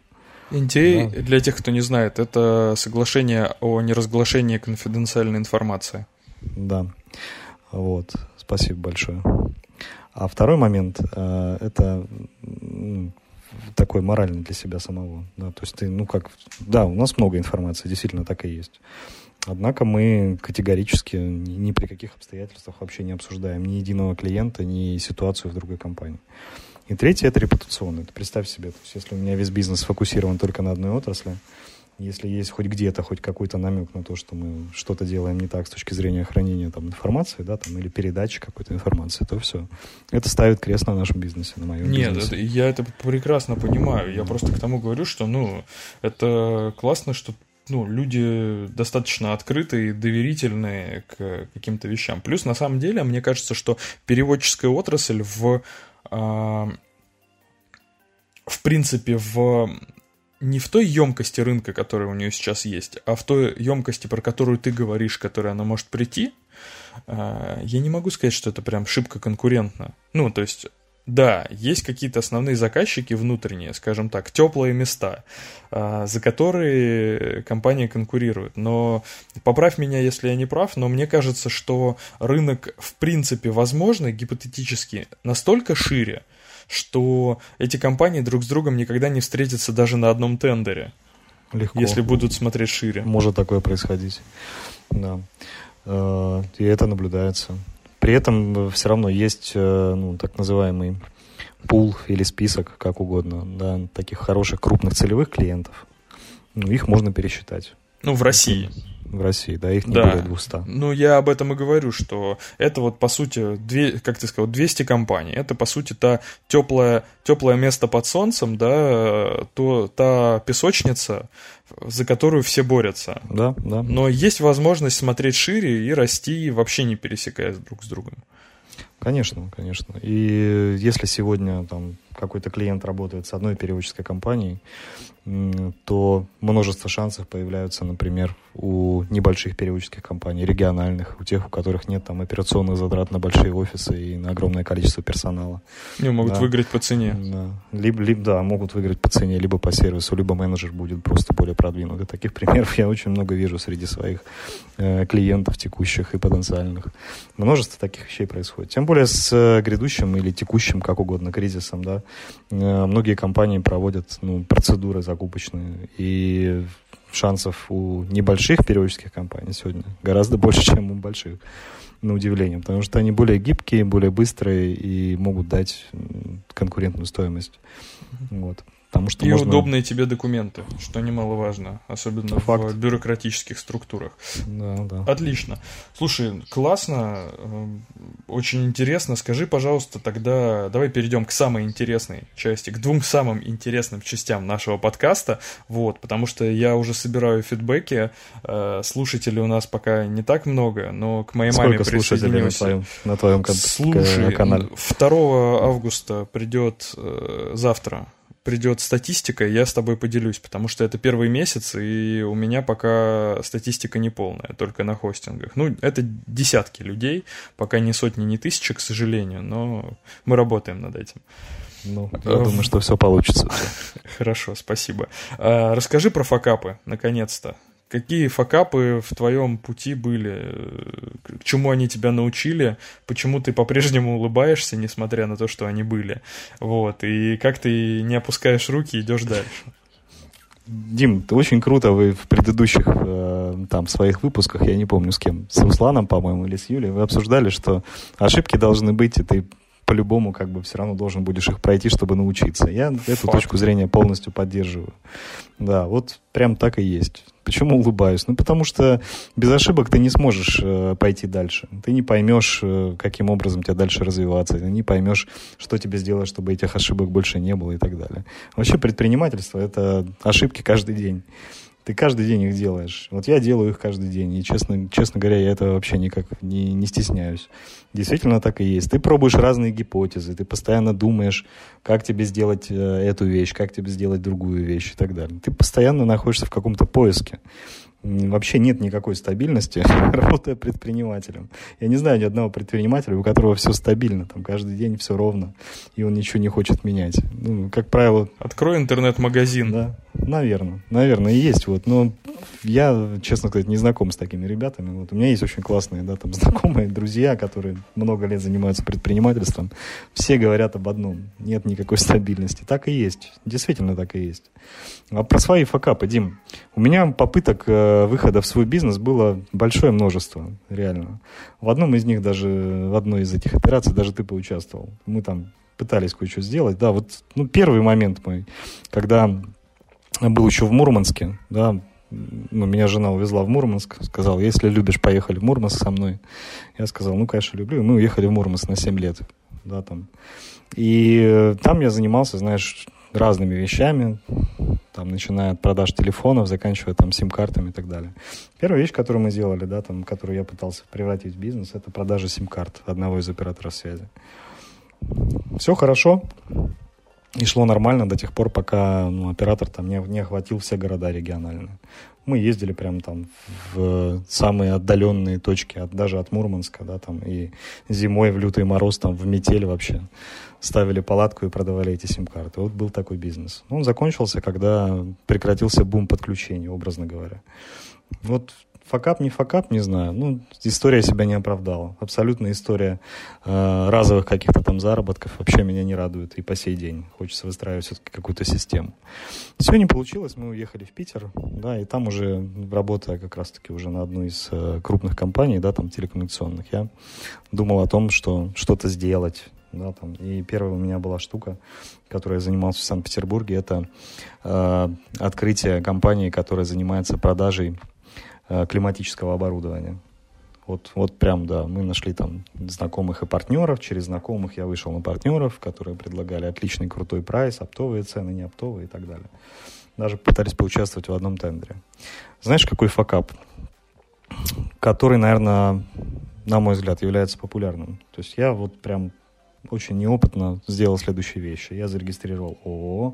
NDA, Да. для тех, кто не знает, это соглашение о неразглашении конфиденциальной информации. Да, вот, спасибо большое. А второй момент, это такой моральный для себя самого. Да, то есть ты, да, у нас много информации, действительно так и есть. Однако мы категорически ни при каких обстоятельствах вообще не обсуждаем ни единого клиента, ни ситуацию в другой компании. И третье – это репутационное. Представь себе, то есть если у меня весь бизнес сфокусирован только на одной отрасли, если есть хоть где-то хоть какой-то намек на то, что мы что-то делаем не так с точки зрения хранения там, информации, да, там, или передачи какой-то информации, то все. Это ставит крест на нашем бизнесе, на моем бизнесе. Нет, я это прекрасно понимаю. Я просто к тому говорю, что, это классно, что люди достаточно открытые, доверительные к каким-то вещам. Плюс, на самом деле, мне кажется, что переводческая отрасль в принципе, не в той емкости рынка, которая у нее сейчас есть, а в той емкости, про которую ты говоришь, которой она может прийти, я не могу сказать, что это прям шибко конкурентно. То есть, да, есть какие-то основные заказчики внутренние, скажем так, теплые места, за которые компания конкурирует. Но поправь меня, если я не прав, но мне кажется, что рынок в принципе возможно, гипотетически, настолько шире, что эти компании друг с другом никогда не встретятся даже на одном тендере. Легко. Если будут смотреть шире. Может такое происходить. Да. И это наблюдается. При этом все равно есть так называемый пул или список, как угодно, да, таких хороших крупных целевых клиентов. Их можно пересчитать. В России. В России, да, их не более 200. Я об этом и говорю, что это по сути, как ты сказал, 200 компаний. Это, по сути, та теплое место под солнцем, да, та песочница, за которую все борются. Да, да. Но есть возможность смотреть шире и расти, вообще не пересекаясь друг с другом. Конечно, конечно. И если сегодня там какой-то клиент работает с одной переводческой компанией, то множество шансов появляются, например, у небольших переводческих компаний, региональных, у тех, у которых нет там операционных затрат на большие офисы и на огромное количество персонала. Могут выиграть по цене. Да. Либо могут выиграть по цене, либо по сервису, либо менеджер будет просто более продвинутый. Таких примеров я очень много вижу среди своих клиентов текущих и потенциальных. Множество таких вещей происходит. Тем более с грядущим или текущим, как угодно, кризисом, да, многие компании проводят процедуры закупочные, и шансов у небольших переводческих компаний сегодня гораздо больше, чем у больших, на удивление, потому что они более гибкие, более быстрые и могут дать конкурентную стоимость. Вот. Потому что удобные тебе документы, что немаловажно, особенно в бюрократических структурах. Да. Отлично. Слушай, классно, очень интересно. Скажи, пожалуйста, тогда давай перейдем к самой интересной части, к двум самым интересным частям нашего подкаста, потому что я уже собираю фидбэки, слушателей у нас пока не так много, но к моей маме присоединился. Сколько на твоем канале? 2 августа завтра придет статистика, я с тобой поделюсь, потому что это первый месяц, и у меня пока статистика не полная, только на хостингах. Это десятки людей, пока не сотни, не тысячи, к сожалению, но мы работаем над этим. Я думаю, что все получится. Хорошо, спасибо. Расскажи про факапы, наконец-то. Какие факапы в твоем пути были? К чему они тебя научили? Почему ты по-прежнему улыбаешься, несмотря на то, что они были? И как ты не опускаешь руки и идешь дальше? Дим, очень круто вы в предыдущих своих выпусках, я не помню с кем, с Русланом, по-моему, или с Юлей, вы обсуждали, что ошибки должны быть, и ты по-любому все равно должен будешь их пройти, чтобы научиться. Я эту точку зрения полностью поддерживаю. Да, прям так и есть. Почему улыбаюсь? Потому что без ошибок ты не сможешь пойти дальше. Ты не поймешь, каким образом тебе дальше развиваться. Ты не поймешь, что тебе сделать, чтобы этих ошибок больше не было и так далее. Вообще предпринимательство – это ошибки каждый день. Ты каждый день их делаешь. Я делаю их каждый день. И, честно говоря, я этого вообще никак не стесняюсь. Действительно так и есть. Ты пробуешь разные гипотезы. Ты постоянно думаешь, как тебе сделать эту вещь, как тебе сделать другую вещь и так далее. Ты постоянно находишься в каком-то поиске. Вообще нет никакой стабильности, работая предпринимателем. Я не знаю ни одного предпринимателя, у которого все стабильно, каждый день все ровно, и он ничего не хочет менять. Как правило... Открой интернет-магазин. Да. Наверное, и есть. Вот. Но я, честно сказать, не знаком с такими ребятами. Вот. У меня есть очень классные, да, там, знакомые, друзья, которые много лет занимаются предпринимательством. Все говорят об одном. Нет никакой стабильности. Так и есть. Действительно так и есть. А про свои факапы, Дим. У меня попыток выхода в свой бизнес было большое множество, реально. В одном из них даже, в одной из этих операций даже ты поучаствовал. Мы там пытались кое-что сделать. Да, вот первый момент мой, когда был еще в Мурманске, да, меня жена увезла в Мурманск, сказала, если любишь, поехали в Мурманск со мной. Я сказал, конечно, люблю. И мы уехали в Мурманск на 7 лет. Да, там. И там я занимался, знаешь, разными вещами, там, начиная от продаж телефонов, заканчивая там сим-картами и так далее. Первая вещь, которую мы делали, да, там, которую я пытался превратить в бизнес, это продажа сим-карт одного из операторов связи. Все хорошо. И шло нормально до тех пор, пока оператор там не охватил все города региональные. Мы ездили прям там в самые отдаленные точки, даже от Мурманска, да, там, и зимой в лютый мороз, там, в метель вообще ставили палатку и продавали эти сим-карты. Вот был такой бизнес. Он закончился, когда прекратился бум подключений, образно говоря. Вот факап, не знаю. История себя не оправдала. Абсолютно история разовых каких-то там заработков вообще меня не радует и по сей день. Хочется выстраивать все-таки какую-то систему. Все не получилось, мы уехали в Питер, да, и там уже, работая как раз-таки уже на одну из крупных компаний, да, там телекоммуникационных, я думал о том, что что-то сделать. Да, там. И первая у меня была штука, которой я занимался в Санкт-Петербурге, это открытие компании, которая занимается продажей климатического оборудования. Вот прям, да, мы нашли там знакомых и партнеров, через знакомых я вышел на партнеров, которые предлагали отличный крутой прайс, оптовые цены, не оптовые и так далее. Даже пытались поучаствовать в одном тендере. Знаешь, какой факап? Который, наверное, на мой взгляд, является популярным. То есть я вот прям очень неопытно сделал следующие вещи. Я зарегистрировал ООО,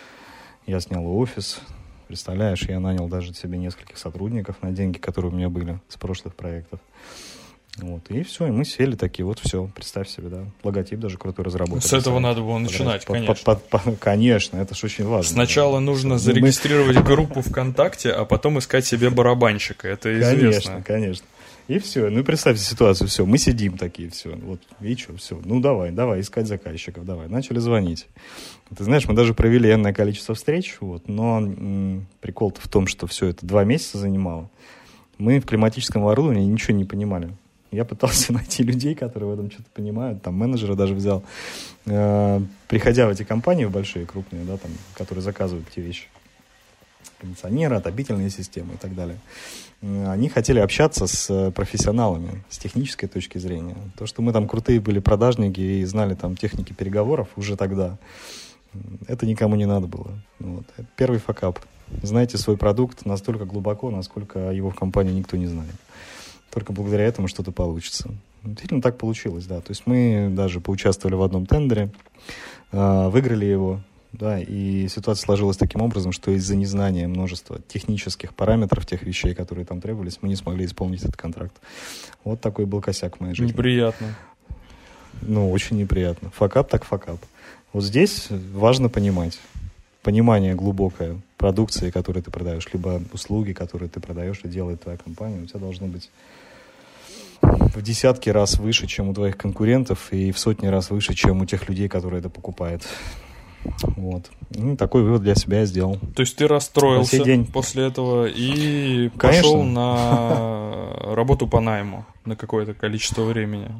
я снял офис. Представляешь, я нанял даже себе нескольких сотрудников на деньги, которые у меня были с прошлых проектов. Вот. И все, и мы сели такие, вот все, представь себе, да, логотип даже крутой разработали. С этого надо было начинать, конечно. Конечно, это же очень важно. Сначала нужно зарегистрировать группу ВКонтакте, а потом искать себе барабанщика, это известно. Конечно. И все, представьте ситуацию, все, мы сидим такие, все, вот, и что, все, давай, искать заказчиков, давай, начали звонить. Ты знаешь, мы даже провели энное количество встреч, вот, но прикол-то в том, что все это 2 месяца занимало. Мы в климатическом оборудовании ничего не понимали. Я пытался найти людей, которые в этом что-то понимают, там менеджера даже взял, приходя в эти компании, в большие, крупные, да, там, которые заказывают эти вещи. Кондиционеры, отопительные системы и так далее. Они хотели общаться с профессионалами с технической точки зрения. То, что мы там крутые были продажники и знали там техники переговоров уже тогда, это никому не надо было. Вот. Это первый факап. Знайте свой продукт настолько глубоко, насколько его в компании никто не знает. Только благодаря этому что-то получится. Действительно так получилось, да. То есть мы даже поучаствовали в одном тендере, выиграли его. Да, и ситуация сложилась таким образом, что из-за незнания множества технических параметров, тех вещей, которые там требовались, мы не смогли исполнить этот контракт. Вот такой был косяк в моей жизни. Неприятно. Очень неприятно. Факап так факап. Вот здесь важно понимать. Понимание глубокое продукции, которую ты продаешь, либо услуги, которые ты продаешь и делает твоя компания, у тебя должно быть в десятки раз выше, чем у твоих конкурентов, и в сотни раз выше, чем у тех людей, которые это покупают. Вот. Такой вывод для себя я сделал. То есть ты расстроился после этого и пошел на работу по найму на какое-то количество времени?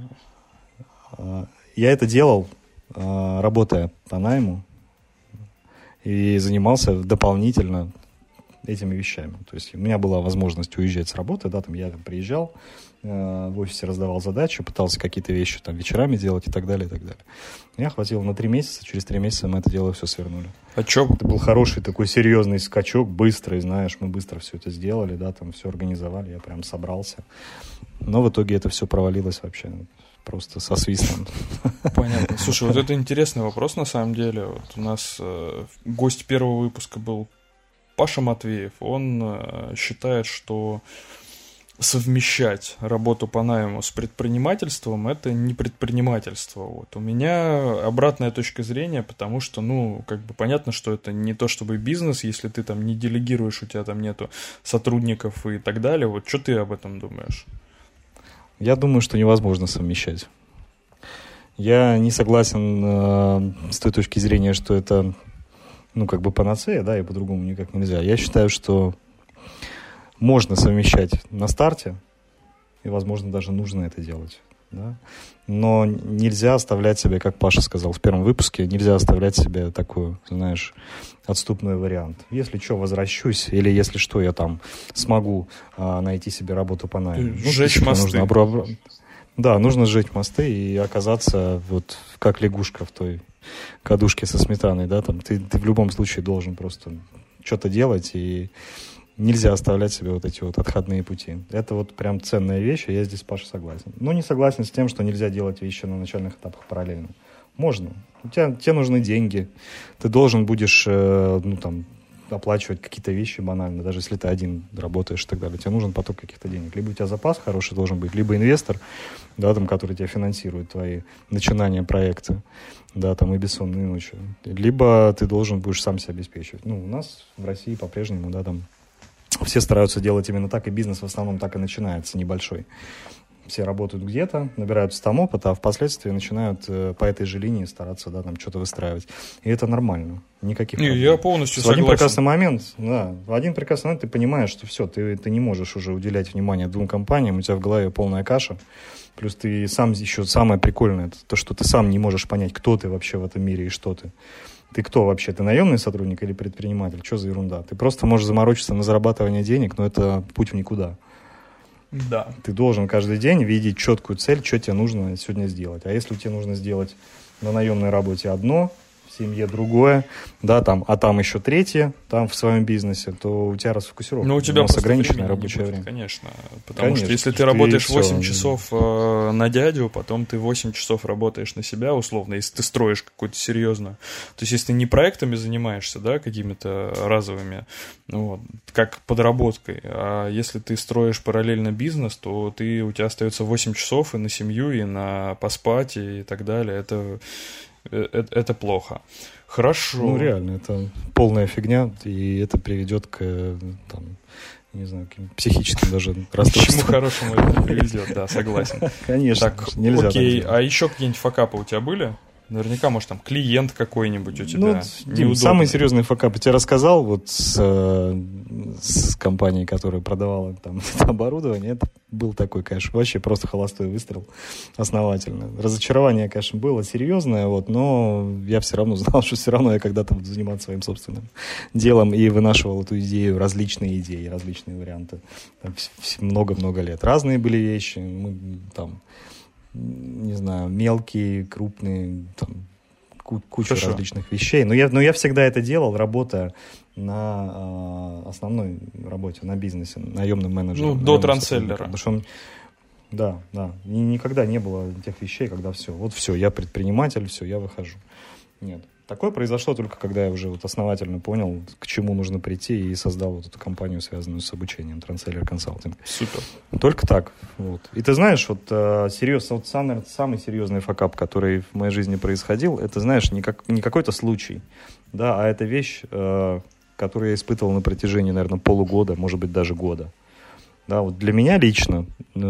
Я это делал, работая по найму, и занимался дополнительно этими вещами. То есть у меня была возможность уезжать с работы, да, там я приезжал, в офисе раздавал задачи, пытался какие-то вещи там вечерами делать и так далее, и так далее. Меня хватило на 3 месяца, через 3 месяца мы это дело все свернули. А чё? Это был хороший такой серьезный скачок, быстрый, знаешь, мы быстро все это сделали, да, там все организовали, я прям собрался. Но в итоге это все провалилось вообще просто со свистом. Понятно. Слушай, вот это интересный вопрос на самом деле. Вот у нас гость первого выпуска был Паша Матвеев. Он считает, что совмещать работу по найму с предпринимательством, это не предпринимательство. Вот. У меня обратная точка зрения, потому что, понятно, что это не то чтобы бизнес, если ты там не делегируешь, у тебя там нету сотрудников и так далее. Вот что ты об этом думаешь? Я думаю, что невозможно совмещать. Я не согласен с той точки зрения, что это, панацея, да, и по-другому никак нельзя. Я считаю, что можно совмещать на старте, и, возможно, даже нужно это делать. Да? Но нельзя оставлять себе, как Паша сказал в первом выпуске, нельзя оставлять себе такой, отступной вариант. Если что, возвращусь, или если что, я там смогу найти себе работу по найму. Сжечь мосты. Нужно сжечь мосты и оказаться вот как лягушка в той кадушке со сметаной. Да? Там, ты в любом случае должен просто что-то делать, и нельзя оставлять себе вот эти вот отходные пути. Это вот прям ценная вещь, и я здесь с Пашей согласен. Но не согласен с тем, что нельзя делать вещи на начальных этапах параллельно. Можно. Тебе нужны деньги. Ты должен будешь, оплачивать какие-то вещи банально, даже если ты один работаешь и так далее. Тебе нужен поток каких-то денег. Либо у тебя запас хороший должен быть, либо инвестор, да, который тебя финансирует, твои начинания проекта, да, и бессонные ночи. Либо ты должен будешь сам себя обеспечивать. У нас в России по-прежнему, все стараются делать именно так, и бизнес в основном так и начинается, небольшой. Все работают где-то, набираются там опыта, а впоследствии начинают по этой же линии стараться, что-то выстраивать. И это нормально. Никаких проблем. Я полностью согласен. В один прекрасный момент ты понимаешь, что все, ты не можешь уже уделять внимание двум компаниям, у тебя в голове полная каша. Плюс ты сам еще, самое прикольное, это то, что ты сам не можешь понять, кто ты вообще в этом мире и что ты. Ты кто вообще? Ты наемный сотрудник или предприниматель? Что за ерунда? Ты просто можешь заморочиться на зарабатывание денег, но это путь в никуда. Да. Ты должен каждый день видеть четкую цель, что тебе нужно сегодня сделать. А если тебе нужно сделать на наемной работе одно, в семье другое, а там еще третье, там в своем бизнесе, то у тебя расфокусировка. У тебя ограниченное рабочее время. Конечно. Потому что если ты работаешь 8 часов на дядю, потом ты 8 часов работаешь на себя, условно, если ты строишь какую-то серьезную. То есть, если ты не проектами занимаешься, какими-то разовыми, как подработкой, а если ты строишь параллельно бизнес, то у тебя остается 8 часов и на семью, и на поспать, и так далее. Это плохо. Хорошо. Реально, это полная фигня, и это приведет к, не знаю, к психическим даже расстройствам. К чему хорошему это приведет, да, согласен. Конечно, нельзя. Окей, а еще какие-нибудь факапы у тебя были? Наверняка, может, там клиент какой-нибудь у тебя неудобный. Самый серьезный факап я тебе рассказал с компанией, которая продавала там это оборудование. Это был такой, конечно, вообще просто холостой выстрел основательно. Разочарование, конечно, было серьезное, но я все равно знал, что все равно я когда-то буду заниматься своим собственным делом и вынашивал эту идею, различные идеи, различные варианты. Много-много лет. Разные были вещи. Мы не знаю, мелкие, крупные, куча различных вещей. Но я всегда это делал, работая на основной работе, на бизнесе, наемным менеджером. До Транселлера. Да. Никогда не было тех вещей, когда все, я предприниматель, все, я выхожу. Нет. Такое произошло только когда я уже основательно понял, к чему нужно прийти, и создал эту компанию, связанную с обучением, Transeller Consulting. Супер. Только так. И ты знаешь, серьезно, самый серьезный факап, который в моей жизни происходил, это, знаешь, не какой-то случай, да, а это вещь, которую я испытывал на протяжении, наверное, полугода, может быть, даже года. Да, для меня лично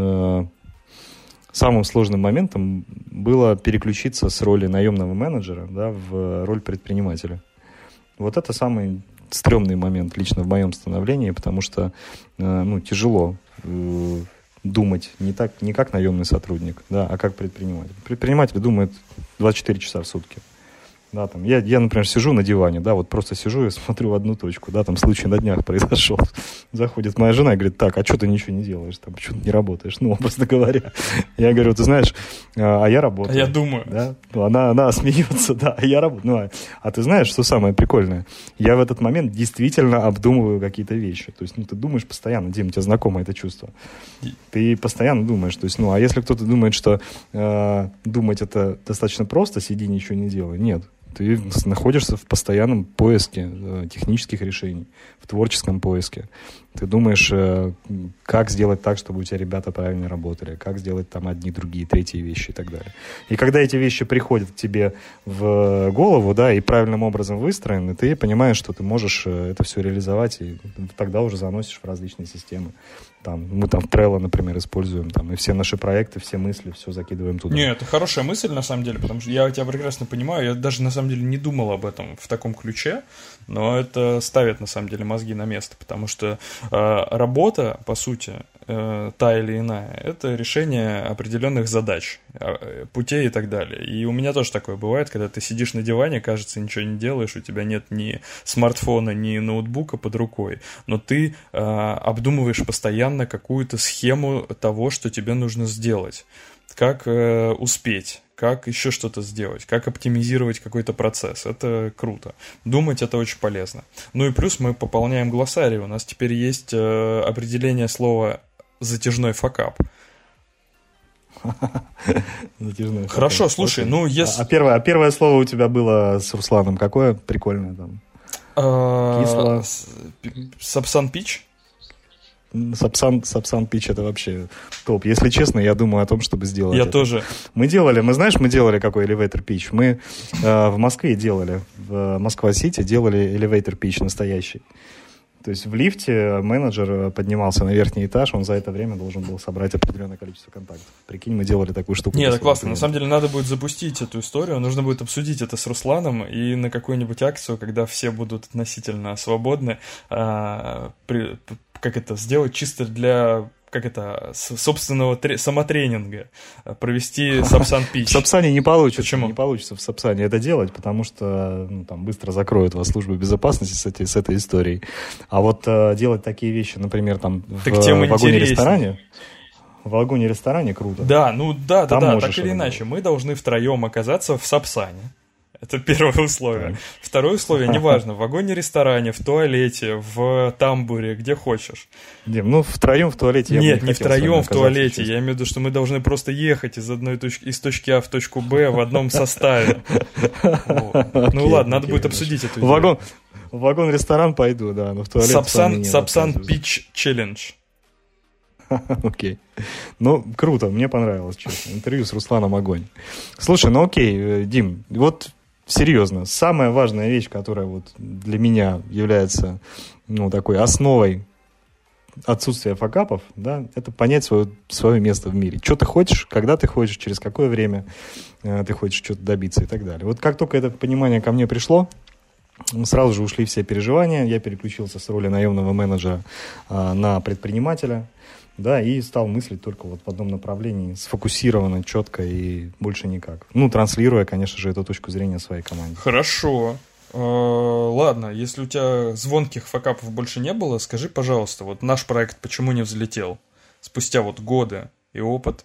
самым сложным моментом было переключиться с роли наемного менеджера, в роль предпринимателя. Это самый стрёмный момент лично в моем становлении, потому что тяжело думать не как наемный сотрудник, а как предприниматель. Предприниматель думает 24 часа в сутки. Я, например, сижу на диване, просто сижу и смотрю в одну точку, случай на днях произошел. Заходит моя жена и говорит: так, а что ты ничего не делаешь, что ты не работаешь, образно говоря. Я говорю: ты знаешь, а я работаю. А я думаю. Да? Она смеется, а я работаю. А ты знаешь, что самое прикольное? Я в этот момент действительно обдумываю какие-то вещи. То есть, ты думаешь постоянно, Дим, тебе знакомо это чувство. Ты постоянно думаешь, то есть, а если кто-то думает, что думать это достаточно просто, сиди, ничего не делай. Нет. Ты находишься в постоянном поиске технических решений, в творческом поиске. Ты думаешь, как сделать так, чтобы у тебя ребята правильно работали, как сделать там одни, другие, третьи вещи и так далее. И когда эти вещи приходят к тебе в голову, да, и правильным образом выстроены, ты понимаешь, что ты можешь это все реализовать, и тогда уже заносишь в различные системы. Мы там в Trello, например, используем, и все наши проекты, все мысли, все закидываем туда. Нет, это хорошая мысль, на самом деле, потому что я тебя прекрасно понимаю, я даже, на самом деле, не думал об этом в таком ключе, но это ставит, на самом деле, мозги на место, потому что работа, по сути, та или иная, это решение определенных задач, путей и так далее. И у меня тоже такое бывает, когда ты сидишь на диване, кажется, ничего не делаешь, у тебя нет ни смартфона, ни ноутбука под рукой, но ты обдумываешь постоянно какую-то схему того, что тебе нужно сделать, как успеть, как еще что-то сделать, как оптимизировать какой-то процесс. Это круто. Думать это очень полезно. Ну и плюс мы пополняем глоссарий. У нас теперь есть определение слова «затяжной факап». Хорошо, слушай, ну если... А первое слово у тебя было с Русланом какое? Прикольное там. Кисло. Сапсан Пич? Сапсан Пич — это вообще топ. Если честно, я думаю о том, чтобы сделать Я это. тоже. Мы делали какой elevator pitch. Мы в Москве делали, в Москва-Сити делали elevator pitch настоящий. То есть в лифте менеджер поднимался на верхний этаж, он за это время должен был собрать определенное количество контактов. Прикинь, мы делали такую штуку. Нет, это классно. На самом деле надо будет запустить эту историю, нужно будет обсудить это с Русланом и на какую-нибудь акцию, когда все будут относительно свободны, сделать чисто для... собственного самотренинга, провести Сапсан Пич. В Сапсане не получится. Почему? Не получится в Сапсане это делать, потому что там быстро закроют вас службы безопасности с этой историей. А вот делать такие вещи, например, там в вагоне-ресторане, в вагоне-ресторане круто. Да, так или иначе, делать. мы должны втроем оказаться в Сапсане. Это первое условие. Так. Второе условие, неважно, в вагоне-ресторане, в туалете, в тамбуре, где хочешь. Дим, втроем в туалете я Нет, не втроем в туалете. Я имею в виду, что мы должны просто ехать из точки А в точку Б в одном составе. Ну ладно, надо будет обсудить эту идею. В вагон-ресторан пойду, да, но в туалет... Сапсан Пич Челлендж. Окей. Круто, мне понравилось, честно. Интервью с Русланом огонь. Слушай, окей, Дим, вот серьезно, самая важная вещь, которая вот для меня является такой основой отсутствия факапов, да, это понять свое место в мире. Что ты хочешь, когда ты хочешь, через какое время ты хочешь что-то добиться и так далее. Вот как только это понимание ко мне пришло, сразу же ушли все переживания, я переключился с роли наемного менеджера на предпринимателя, да, и стал мыслить только вот в одном направлении, сфокусированно, четко и больше никак. Транслируя, конечно же, эту точку зрения своей команде. Хорошо. Ладно, если у тебя звонких факапов больше не было, скажи, пожалуйста, вот наш проект почему не взлетел? Спустя вот годы и опыт.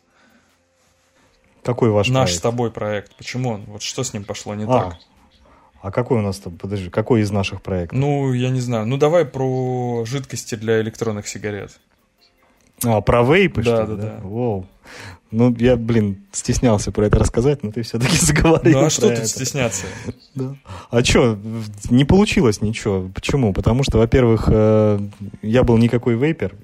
Какой ваш проект? Наш с тобой проект. Почему он? Вот что с ним пошло не так? А какой у нас там? Подожди, какой из наших проектов? Я не знаю. Давай про жидкости для электронных сигарет. Про вейпы, да, что ли? Да. Воу. Я, стеснялся про это рассказать, но ты все-таки заговорил. А что тут стесняться? Да. А что, не получилось ничего. Почему? Потому что, во-первых, я был никакой вейпер,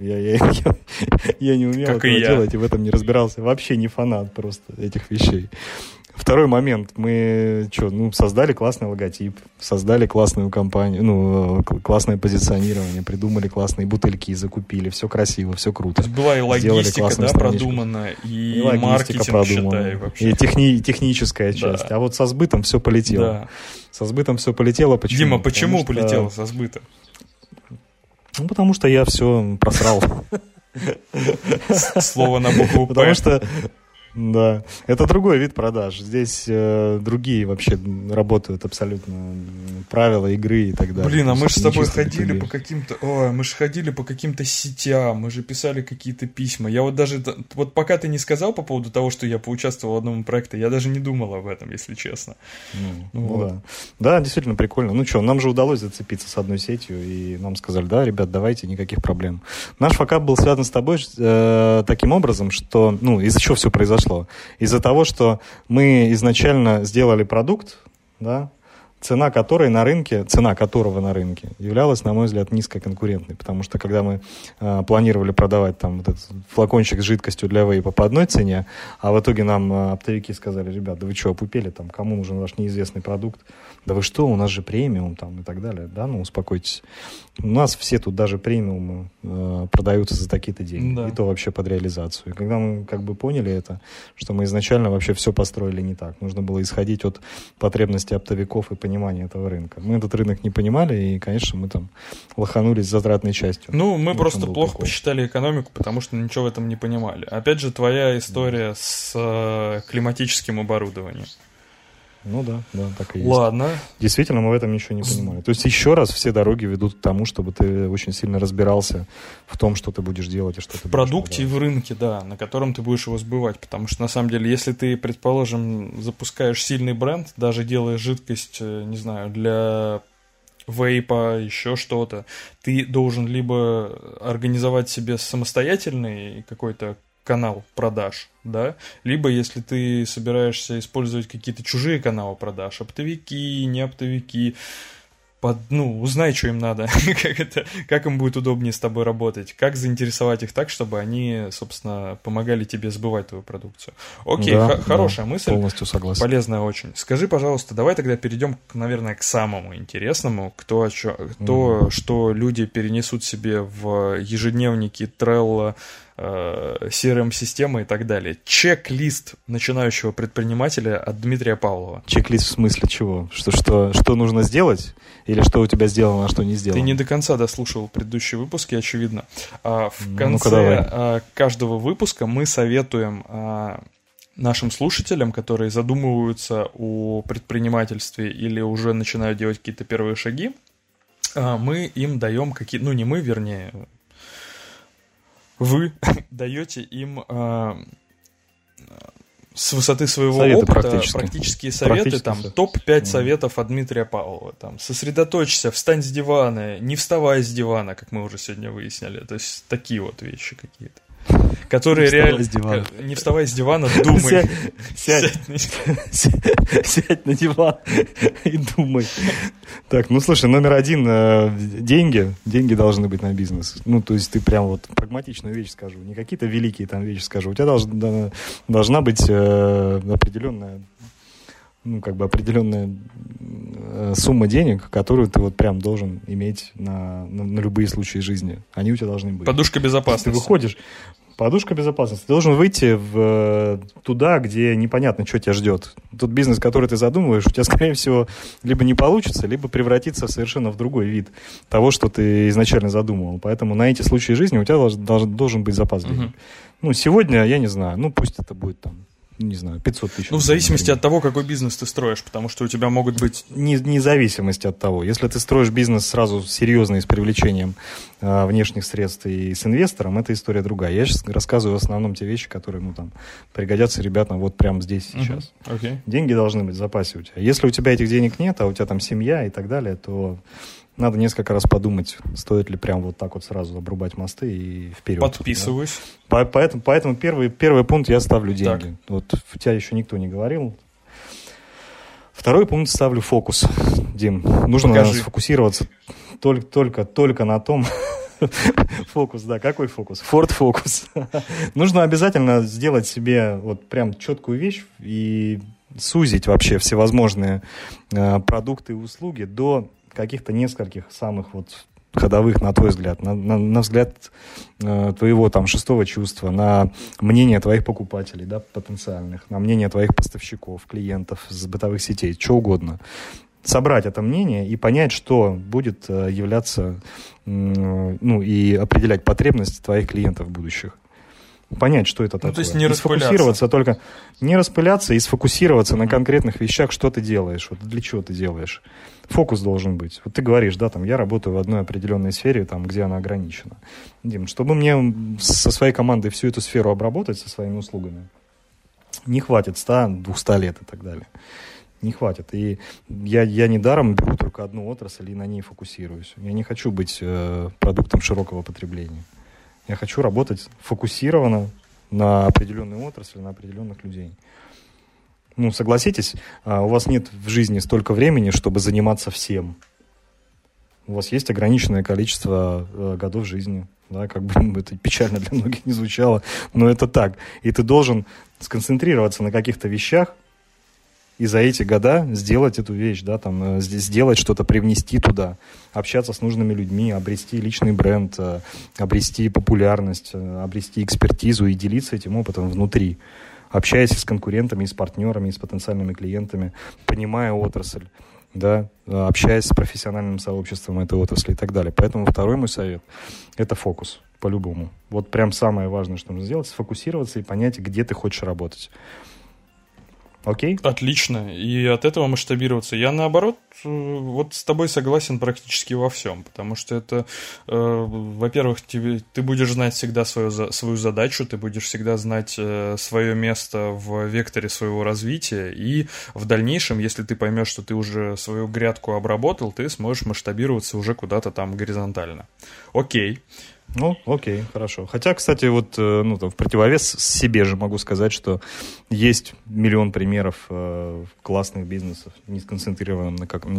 я не умел этого делать и в этом не разбирался. Вообще не фанат просто этих вещей. Второй момент. Мы создали классный логотип, создали классную компанию, классное позиционирование, придумали классные бутыльки, закупили, все красиво, все круто. То есть была и логистика, да, продумана, и маркетинг, считай, вообще. И техническая часть. Да. А вот со сбытом все полетело. Да. Со сбытом все полетело. Почему? Дима, почему полетело со сбытом? Потому что я все просрал. Слово на букву П. Потому что... Да, это другой вид продаж. Здесь другие вообще работают абсолютно правила игры и так далее. Блин, а мы же с тобой ходили по каким-то сетям, мы же писали какие-то письма. Я вот даже, пока ты не сказал по поводу того, что я поучаствовал в одном проекте, я даже не думал об этом, если честно. Да. Да, действительно прикольно. Нам же удалось зацепиться с одной сетью, и нам сказали, да, ребят, давайте, никаких проблем. Наш факап был связан с тобой таким образом, что, из-за чего все произошло? Из-за того, что мы изначально сделали продукт, да, цена которого на рынке являлась, на мой взгляд, низкоконкурентной. Потому что когда мы планировали продавать там вот этот флакончик с жидкостью для вейпа по одной цене, а в итоге нам оптовики сказали: ребят, да вы что, опупели, там, кому нужен ваш неизвестный продукт? Да вы что, у нас же премиум там и так далее. Да, ну успокойтесь. У нас все тут даже премиумы продаются за такие-то деньги. Да. И то вообще под реализацию. И когда мы как бы поняли это, что мы изначально вообще все построили не так. Нужно было исходить от потребностей оптовиков и понимания этого рынка. Мы этот рынок не понимали, и, конечно, мы там лоханулись с затратной частью. Ну, мы просто плохо посчитали экономику, потому что ничего в этом не понимали. Опять же, твоя история с климатическим оборудованием. Ну да, так и есть. Ладно. Действительно, мы в этом ничего не понимали. То есть еще раз все дороги ведут к тому, чтобы ты очень сильно разбирался в том, что ты будешь делать и что ты будешь делать. В продукте и в рынке, да, на котором ты будешь его сбывать. Потому что, на самом деле, если ты, предположим, запускаешь сильный бренд, даже делаешь жидкость, не знаю, для вейпа, еще что-то, ты должен либо организовать себе самостоятельный какой-то канал продаж, да, либо если ты собираешься использовать какие-то чужие каналы продаж, оптовики, не оптовики, узнай, что им надо, как им будет удобнее с тобой работать, как заинтересовать их так, чтобы они, собственно, помогали тебе сбывать твою продукцию. Окей, да, хорошая мысль, полностью согласен. Полезная очень. Скажи, пожалуйста, давай тогда перейдем, наверное, к самому интересному, что люди перенесут себе в ежедневники Trello, CRM-системы и так далее. Чек-лист начинающего предпринимателя от Дмитрия Павлова. Чек-лист в смысле чего? Что нужно сделать? Или что у тебя сделано, а что не сделано? Ты не до конца дослушал предыдущие выпуски, очевидно. В конце каждого выпуска мы советуем нашим слушателям, которые задумываются о предпринимательстве или уже начинают делать какие-то первые шаги, мы им даем какие-то... не мы, вернее... Вы даете им с высоты своего опыта практические советы, там топ-5 советов от Дмитрия Павлова. Там, сосредоточься, встань с дивана, не вставай с дивана, как мы уже сегодня выясняли. То есть такие вот вещи какие-то. Которые реально... Не вставай с дивана, думай. Сядь на диван и думай. Так, слушай, номер один — деньги. Деньги должны быть на бизнес. То есть ты прям вот прагматичную вещь скажу. Не какие-то великие там вещи скажу. У тебя должна быть определенная сумма денег, которую ты вот прям должен иметь на любые случаи жизни. Они у тебя должны быть. Подушка безопасности. Ты выходишь... Подушка безопасности. Ты должен выйти туда, где непонятно, что тебя ждет. Тот бизнес, который ты задумываешь, у тебя, скорее всего, либо не получится, либо превратится совершенно в другой вид того, что ты изначально задумывал. Поэтому на эти случаи жизни у тебя должен быть запас денег. Сегодня, я не знаю, пусть это будет там, не знаю, 500 тысяч. В зависимости от того, какой бизнес ты строишь, потому что у тебя могут быть... Не зависимости от того. Если ты строишь бизнес сразу серьезный, с привлечением внешних средств и с инвестором, это история другая. Я сейчас рассказываю в основном те вещи, которые пригодятся ребятам вот прямо здесь и сейчас. Okay. Деньги должны быть в запасе у тебя. Если у тебя этих денег нет, а у тебя там семья и так далее, то надо несколько раз подумать, стоит ли прям вот так вот сразу обрубать мосты и вперед. Подписываюсь. Да? Поэтому первый пункт я ставлю деньги. Так. Вот у тебя еще никто не говорил. Второй пункт ставлю фокус. Дим, нужно сфокусироваться только на том... Фокус, да, какой фокус? Ford Focus. Нужно обязательно сделать себе вот прям четкую вещь и сузить вообще всевозможные продукты и услуги до каких-то нескольких самых вот ходовых, на твой взгляд, на взгляд твоего там шестого чувства, на мнение твоих покупателей, да, потенциальных, на мнение твоих поставщиков, клиентов с бытовых сетей, что угодно. Собрать это мнение и понять, что будет являться, и определять потребности твоих клиентов будущих. Понять, что это такое. То есть не распыляться и сфокусироваться на конкретных вещах, что ты делаешь, вот для чего ты делаешь. Фокус должен быть. Вот ты говоришь, да, там, я работаю в одной определенной сфере, там, где она ограничена. Дим, чтобы мне со своей командой всю эту сферу обработать со своими услугами, не хватит 100-200 лет и так далее. Не хватит. И я недаром беру только одну отрасль и на ней фокусируюсь. Я не хочу быть продуктом широкого потребления. Я хочу работать фокусированно на определенную отрасль, на определенных людей. Ну, согласитесь, у вас нет в жизни столько времени, чтобы заниматься всем. У вас есть ограниченное количество годов жизни. Да, как бы это печально для многих не звучало, но это так. И ты должен сконцентрироваться на каких-то вещах и за эти года сделать эту вещь, да, там, сделать что-то, привнести туда, общаться с нужными людьми, обрести личный бренд, обрести популярность, обрести экспертизу и делиться этим опытом внутри, общаясь с конкурентами, с партнерами, с потенциальными клиентами, понимая отрасль, да, общаясь с профессиональным сообществом этой отрасли и так далее. Поэтому второй мой совет – это фокус, по-любому. Вот прям самое важное, что нужно сделать – сфокусироваться и понять, где ты хочешь работать. Окей? Отлично. И от этого масштабироваться. Я, наоборот, вот с тобой согласен практически во всем, потому что это, во-первых, ты будешь знать всегда свою задачу, ты будешь всегда знать свое место в векторе своего развития, и в дальнейшем, если ты поймешь, что ты уже свою грядку обработал, ты сможешь масштабироваться уже куда-то там горизонтально. Окей. Ну, окей, хорошо. Хотя, кстати, вот в противовес себе же могу сказать, что есть миллион примеров классных бизнесов, не сконцентрированным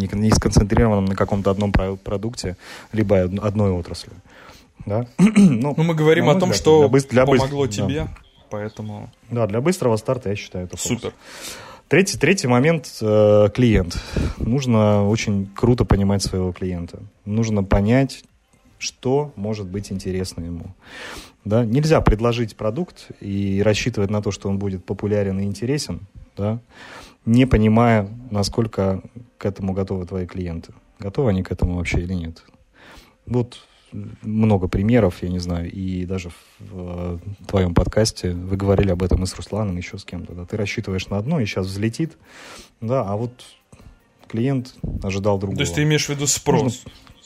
на каком-то одном продукте, либо одной отрасли. Да? Ну, мы говорим о том, что помогло да. тебе, поэтому... Да, для быстрого старта, я считаю, это фокус. Супер. Третий момент клиент. Нужно очень круто понимать своего клиента. Нужно понять, что может быть интересно ему. Да? Нельзя предложить продукт и рассчитывать на то, что он будет популярен и интересен, да? Не понимая, насколько к этому готовы твои клиенты. Готовы они к этому вообще или нет. Вот много примеров, я не знаю, и даже в твоем подкасте вы говорили об этом и с Русланом, еще с кем-то. Да? Ты рассчитываешь на одно, и сейчас взлетит, да, а вот клиент ожидал другого. То есть ты имеешь в виду спрос?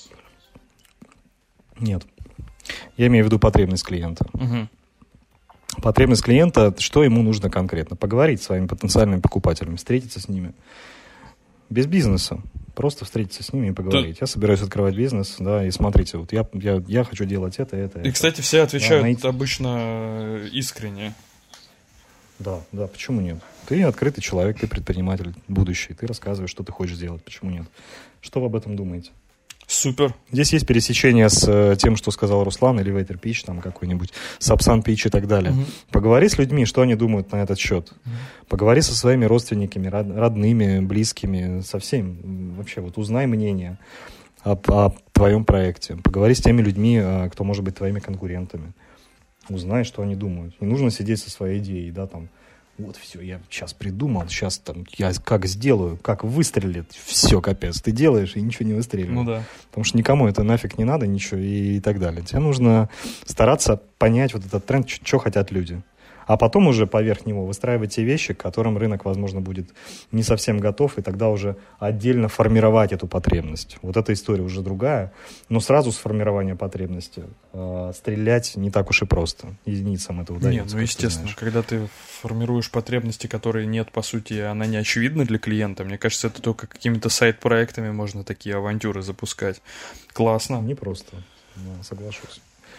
Нет. Я имею в виду потребность клиента. Угу. Потребность клиента, что ему нужно конкретно? Поговорить с своими потенциальными покупателями, встретиться с ними. Без бизнеса. Просто встретиться с ними и поговорить. Я собираюсь открывать бизнес, да, и смотрите, вот я хочу делать это. И, кстати, все отвечают обычно искренне. Да, почему нет? Ты открытый человек, ты предприниматель будущий, ты рассказываешь, что ты хочешь сделать, почему нет? Что вы об этом думаете? Супер. Здесь есть пересечение с тем, что сказал Руслан, elevator pitch, там какой-нибудь, Сапсан pitch и так далее. Угу. Поговори с людьми, что они думают на этот счет. Угу. Поговори со своими родственниками, родными, близкими, со всеми. Вообще, вот узнай мнение о твоем проекте. Поговори с теми людьми, кто может быть твоими конкурентами. Узнай, что они думают. Не нужно сидеть со своей идеей, да, там, вот все, я сейчас придумал, сейчас там я как сделаю, как выстрелит, все, капец, ты делаешь и ничего не выстреливает. Ну да. Потому что никому это нафиг не надо, ничего и так далее. Тебе нужно стараться понять вот этот тренд, что хотят люди. А потом уже поверх него выстраивать те вещи, к которым рынок, возможно, будет не совсем готов, и тогда уже отдельно формировать эту потребность. Вот эта история уже другая, но сразу с формирования потребности стрелять не так уж и просто. Единицам это удается. Нет, ну естественно, когда ты формируешь потребности, которые нет, по сути, она не очевидна для клиента, мне кажется, это только какими-то сайт-проектами можно такие авантюры запускать. Классно. Не просто, да, соглашусь.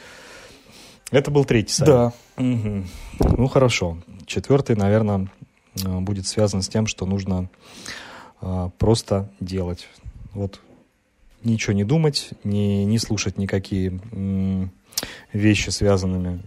Это был третий совет. Да. Угу. Ну, хорошо. Четвертый, наверное, будет связан с тем, что нужно просто делать. Вот ничего не думать, не слушать никакие вещи, связанные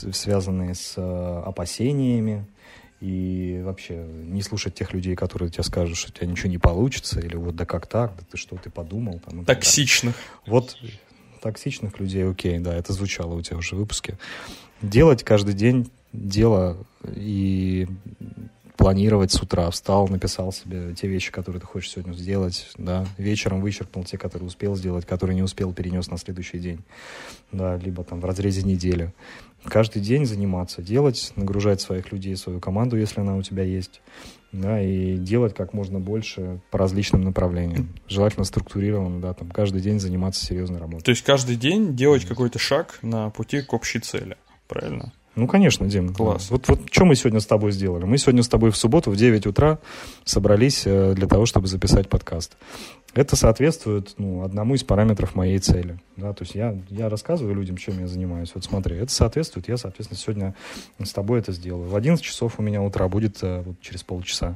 с опасениями, и вообще не слушать тех людей, которые тебе скажут, что у тебя ничего не получится, или вот да как так, да ты что, ты подумал. Там, токсичных. Вот токсичных людей, окей, да, это звучало у тебя уже в выпуске. Делать каждый день дело и планировать с утра. Встал, написал себе те вещи, которые ты хочешь сегодня сделать, да, вечером вычеркнул те, которые успел сделать, которые не успел, перенес на следующий день, да, либо там в разрезе недели. Каждый день заниматься, делать, нагружать своих людей, свою команду, если она у тебя есть, да, и делать как можно больше по различным направлениям. Желательно структурированно, да, там каждый день заниматься серьезной работой. То есть каждый день делать какой-то шаг на пути к общей цели, правильно? Ну, конечно, Дим. Класс. Вот что мы сегодня с тобой сделали? Мы сегодня с тобой в субботу в 9 утра собрались для того, чтобы записать подкаст. это соответствует одному из параметров моей цели. Да? То есть я рассказываю людям, чем я занимаюсь. Вот смотри, это соответствует, я, соответственно, сегодня с тобой это сделаю. В 11 часов у меня утра будет через полчаса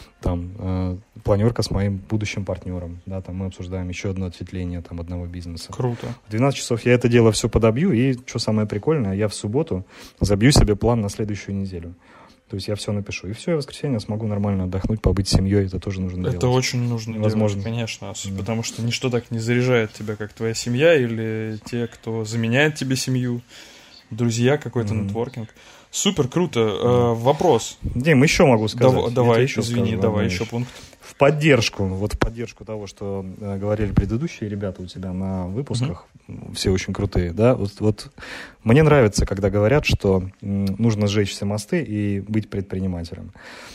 там планерка с моим будущим партнером. Да? Там мы обсуждаем еще одно ответвление там, одного бизнеса. Круто. В 12 часов я это дело все подобью, и, что самое прикольное, я в субботу забью себе план на следующую неделю. То есть я все напишу. И все, я в воскресенье смогу нормально отдохнуть, побыть с семьей. Это тоже нужно делать. Это очень нужно возможно делать, конечно. Потому что ничто так не заряжает тебя, как твоя семья или те, кто заменяет тебе семью, друзья, какой-то нетворкинг. Супер, круто. Вопрос. Дим, еще могу сказать. Давай, извини, давай еще пункт. В поддержку того, что говорили предыдущие ребята у тебя на выпусках, все очень крутые, да, вот мне нравится, когда говорят, что нужно сжечь все мосты и быть предпринимателем.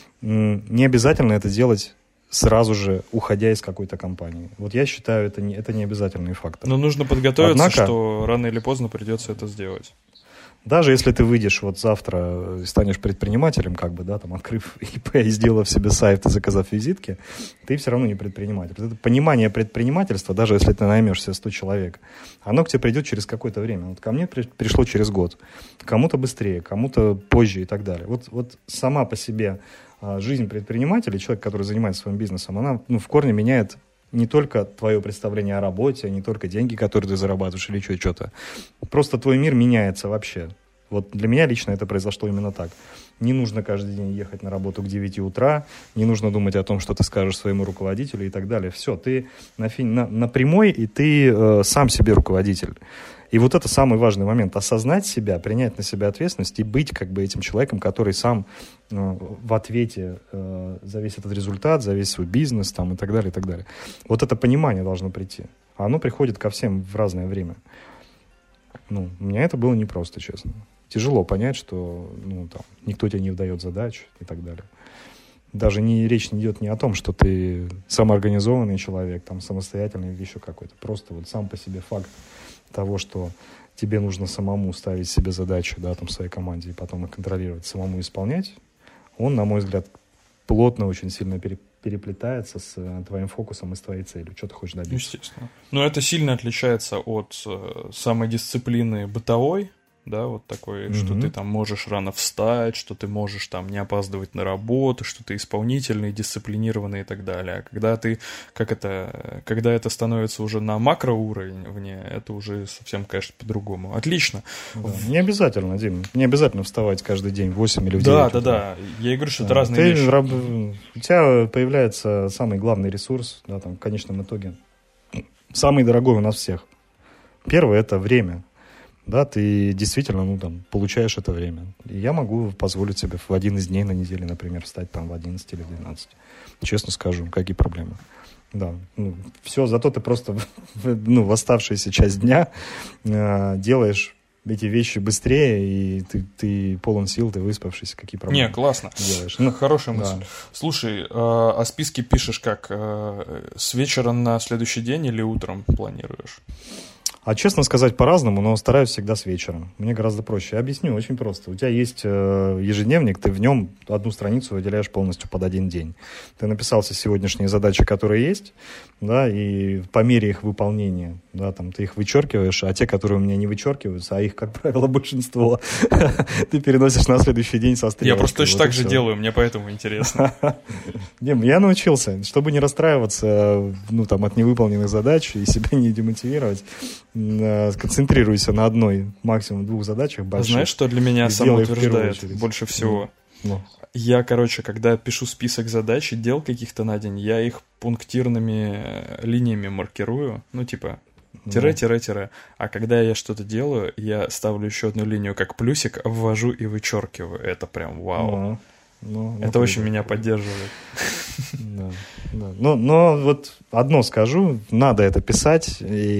Не обязательно это делать сразу же, уходя из какой-то компании. Вот я считаю, это не обязательный фактор. Но нужно подготовиться, однако, что рано или поздно придется это сделать. Даже если ты выйдешь вот завтра и станешь предпринимателем, как бы, да, там, открыв ИП и сделав себе сайт и заказав визитки, ты все равно не предприниматель. Это понимание предпринимательства, даже если ты наймешь себе 100 человек, оно к тебе придет через какое-то время. Вот ко мне пришло через год. Кому-то быстрее, кому-то позже и так далее. Вот сама по себе жизнь предпринимателя, человек, который занимается своим бизнесом, она в корне меняет не только твое представление о работе, не только деньги, которые ты зарабатываешь или что-то. Просто твой мир меняется вообще. Вот для меня лично это произошло именно так. Не нужно каждый день ехать на работу к 9 утра, не нужно думать о том, что ты скажешь своему руководителю и так далее. Все, ты на прямой, и ты сам себе руководитель. И вот это самый важный момент. Осознать себя, принять на себя ответственность и быть как бы этим человеком, который сам в ответе за весь этот результат, за весь свой бизнес там, и так далее, и так далее. Вот это понимание должно прийти. А оно приходит ко всем в разное время. У меня это было непросто, честно. Тяжело понять, что никто тебе не выдает задач и так далее. Даже речь не идет не о том, что ты самоорганизованный человек, там, самостоятельный или еще какой-то. Просто вот сам по себе факт того, что тебе нужно самому ставить себе задачи, да, там, в своей команде и потом их контролировать, самому исполнять, он, на мой взгляд, плотно очень сильно переплетается с твоим фокусом и с твоей целью. Что ты хочешь добиться? Естественно. Но это сильно отличается от самодисциплины бытовой, да, вот такой, что ты там можешь рано встать, что ты можешь там не опаздывать на работу, что ты исполнительный, дисциплинированный и так далее. А когда ты, когда это становится уже на макроуровне, это уже совсем, конечно, по-другому. Отлично. Да. Не обязательно, Дим, не обязательно вставать каждый день в 8 или в 9. Да. Я и говорю, что это разные вещи. У тебя появляется самый главный ресурс, да, там, в конечном итоге. Самый дорогой у нас всех. Первое – это время. Да, ты действительно, получаешь это время. И я могу позволить себе в один из дней на неделе, например, встать там в 11 или 12. Честно скажу, какие проблемы. Да, все, зато ты просто в оставшуюся часть дня делаешь эти вещи быстрее, и ты полон сил, ты выспавшийся, какие проблемы. Не, классно. Делаешь. Хорошая мысль. Да. Слушай, а списки пишешь как? С вечера на следующий день или утром планируешь? А честно сказать, по-разному, но стараюсь всегда с вечера. Мне гораздо проще. Я объясню, очень просто. У тебя есть ежедневник, ты в нем одну страницу выделяешь полностью под один день. Ты написал все сегодняшние задачи, которые есть, да, и по мере их выполнения, да, там, ты их вычеркиваешь, а те, которые у меня не вычеркиваются, а их, как правило, большинство, ты переносишь на следующий день со стрелочкой. Я просто точно так же делаю, мне поэтому интересно. Дим, я научился, чтобы не расстраиваться, от невыполненных задач и себя не демотивировать, сконцентрируйся на одной, максимум 2 задачах больших. Знаешь, что для меня самоутверждает больше всего? Я, когда пишу список задач и дел каких-то на день, я их пунктирными линиями маркирую, тире-тире-тире. А когда я что-то делаю, я ставлю еще одну линию как плюсик, обвожу и вычеркиваю. Это прям вау. Это очень меня поддерживает. Да. Но вот одно скажу, надо это писать.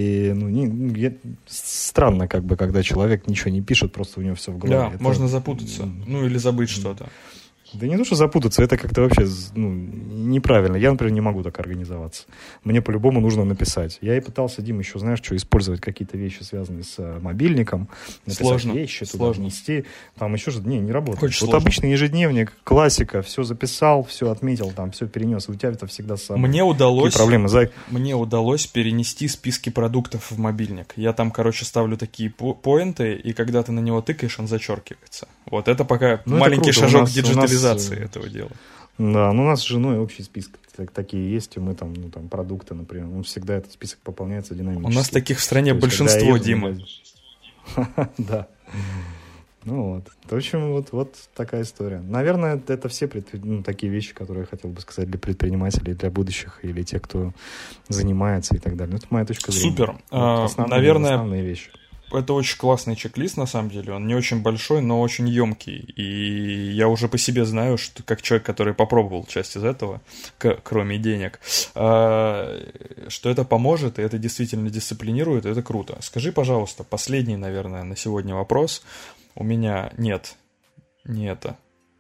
И, странно, когда человек ничего не пишет, просто у него все в голове. Да, можно запутаться. Или забыть что-то. Да не то, что запутаться, это как-то вообще неправильно. Я, например, не могу так организоваться. Мне по-любому нужно написать. Я и пытался, Дим, еще, знаешь, что, использовать какие-то вещи, связанные с мобильником, написать сложно. вещи, туда внести. Там еще же, не работает. Очень вот сложно. Обычный ежедневник, классика, все записал, все отметил, там, все перенес. У тебя это всегда с собой. Мне удалось перенести списки продуктов в мобильник. Я там, ставлю такие поинты, и когда ты на него тыкаешь, он зачеркивается. Вот это пока маленький шажок к диджитализации этого дела. Да, у нас с женой общий список такие есть, и мы там, продукты, например, всегда этот список пополняется динамически. У нас таких в стране большинство, Дима. Да. В общем, вот такая история. Наверное, это все такие вещи, которые я хотел бы сказать для предпринимателей, для будущих или тех, кто занимается и так далее. Это моя точка зрения. Супер. Основные вещи. Это очень классный чек-лист, на самом деле. Он не очень большой, но очень емкий. И я уже по себе знаю, что как человек, который попробовал часть из этого, кроме денег, что это поможет, и это действительно дисциплинирует, и это круто. Скажи, пожалуйста, последний, наверное, на сегодня вопрос. У меня нет. Не это.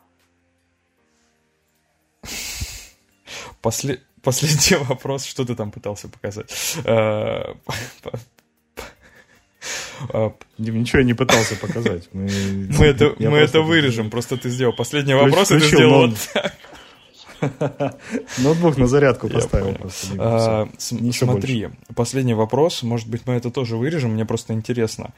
Последний вопрос. Что ты там пытался показать? Ничего я не пытался показать. Мы это вырежем. Просто ты сделал последний вопрос, и ты сделал вот так. Ноутбук на зарядку поставил. Смотри, последний вопрос. Может быть, мы это тоже вырежем. Мне просто интересно.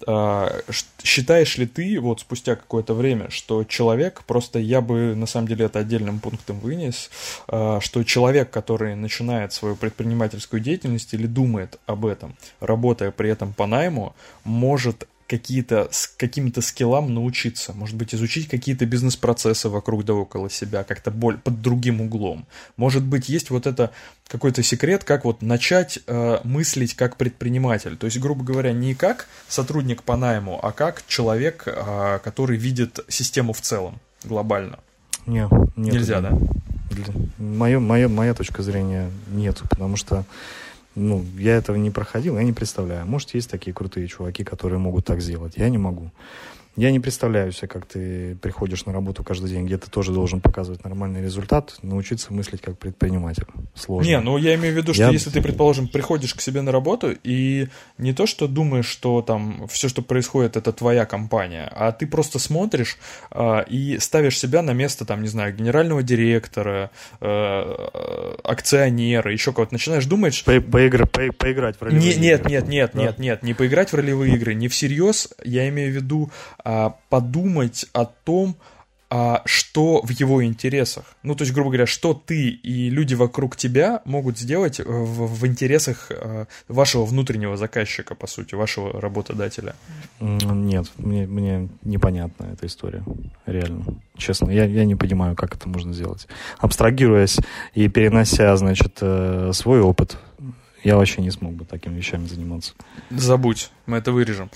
Считаешь ли ты, вот спустя какое-то время, что человек, просто я бы на самом деле это отдельным пунктом вынес, что человек, который начинает свою предпринимательскую деятельность или думает об этом, работая при этом по найму, может каким-то скиллам научиться, может быть, изучить какие-то бизнес-процессы вокруг да около себя, как-то под другим углом. Может быть, есть вот это какой-то секрет, как вот начать мыслить как предприниматель. То есть, грубо говоря, не как сотрудник по найму, а как человек, который видит систему в целом, глобально. Нет, нельзя, да? Моя точка зрения нет, потому что я этого не проходил, я не представляю. Может, есть такие крутые чуваки, которые могут так сделать. Я не могу. Я не представляю себе, как ты приходишь на работу каждый день, где ты тоже должен показывать нормальный результат, научиться мыслить как предприниматель. Сложно. Я имею в виду, что если ты, предположим, приходишь к себе на работу и не то, что думаешь, что там все, что происходит, это твоя компания, а ты просто смотришь и ставишь себя на место, там, не знаю, генерального директора, акционера, еще кого-то, начинаешь думать... Поиграть в ролевые игры. Нет, не поиграть в ролевые игры, не всерьез, я имею в виду подумать о том, что в его интересах. То есть, грубо говоря, что ты и люди вокруг тебя могут сделать в интересах вашего внутреннего заказчика, по сути, вашего работодателя. Нет, мне непонятна эта история, реально. Честно, я не понимаю, как это можно сделать. Абстрагируясь и перенося, свой опыт, я вообще не смог бы такими вещами заниматься. Забудь, мы это вырежем.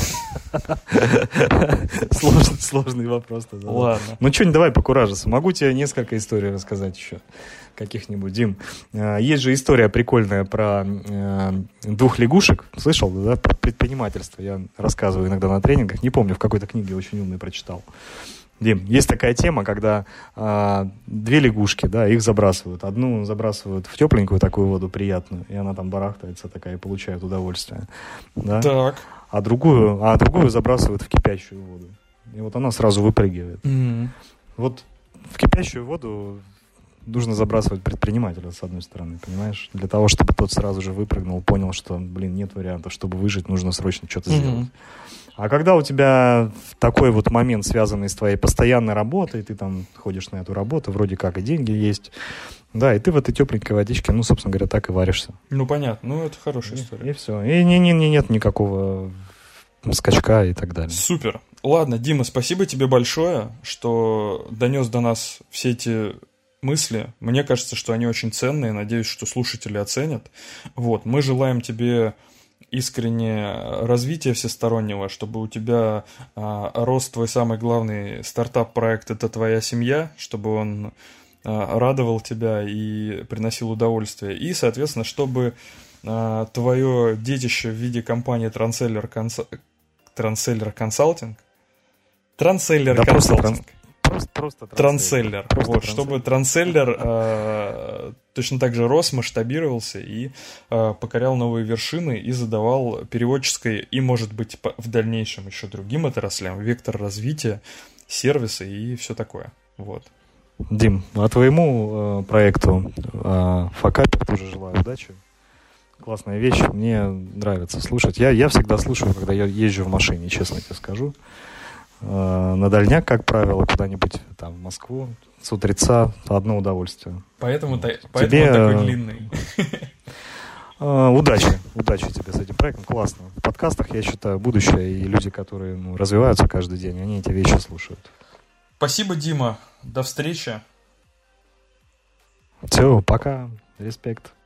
Сложный вопрос. Ладно. Что-нибудь давай покуражиться. Могу тебе несколько историй рассказать еще. Каких-нибудь, Дим. Есть же история прикольная про двух лягушек. Слышал, да? Про предпринимательство. Я рассказываю иногда на тренингах. Не помню, в какой-то книге очень умный прочитал. Дим, есть такая тема, когда две лягушки, да, их забрасывают. Одну забрасывают в тепленькую такую воду приятную, и она там барахтается такая и получает удовольствие. Да? Так. А другую забрасывают в кипящую воду. И вот она сразу выпрыгивает. Mm-hmm. Вот в кипящую воду нужно забрасывать предпринимателя, с одной стороны, понимаешь? Для того, чтобы тот сразу же выпрыгнул, понял, что, нет вариантов, чтобы выжить, нужно срочно что-то сделать. А когда у тебя такой вот момент, связанный с твоей постоянной работой, ты там ходишь на эту работу, вроде как и деньги есть, да, и ты в этой тепленькой водичке, собственно говоря, так и варишься. Понятно, это хорошая история. И все. И нет никакого скачка и так далее. Супер. Ладно, Дима, спасибо тебе большое, что донес до нас все эти мысли. Мне кажется, что они очень ценные. Надеюсь, что слушатели оценят. Мы желаем тебе искренне развития всестороннего, чтобы у тебя рос твой самый главный стартап-проект — это твоя семья, чтобы он радовал тебя и приносил удовольствие. И, соответственно, чтобы твое детище в виде компании Transeller Consulting. просто Трансселлер. Просто вот, чтобы Трансселлер точно так же рос, масштабировался и покорял новые вершины и задавал переводческой и, может быть, в дальнейшем еще другим отраслям вектор развития, сервиса и все такое. Вот. Дим, а твоему проекту Факапер тоже желаю удачи. Классная вещь, мне нравится слушать. Я всегда слушаю, когда я езжу в машине, честно тебе скажу. На дальняк, как правило, куда-нибудь там в Москву с утреца одно удовольствие. Поэтому тебе, он такой длинный. Удачи тебе с этим проектом, классно. В подкастах, я считаю, будущее, и люди, которые развиваются каждый день, они эти вещи слушают. Спасибо, Дима. До встречи. Все, пока. Респект.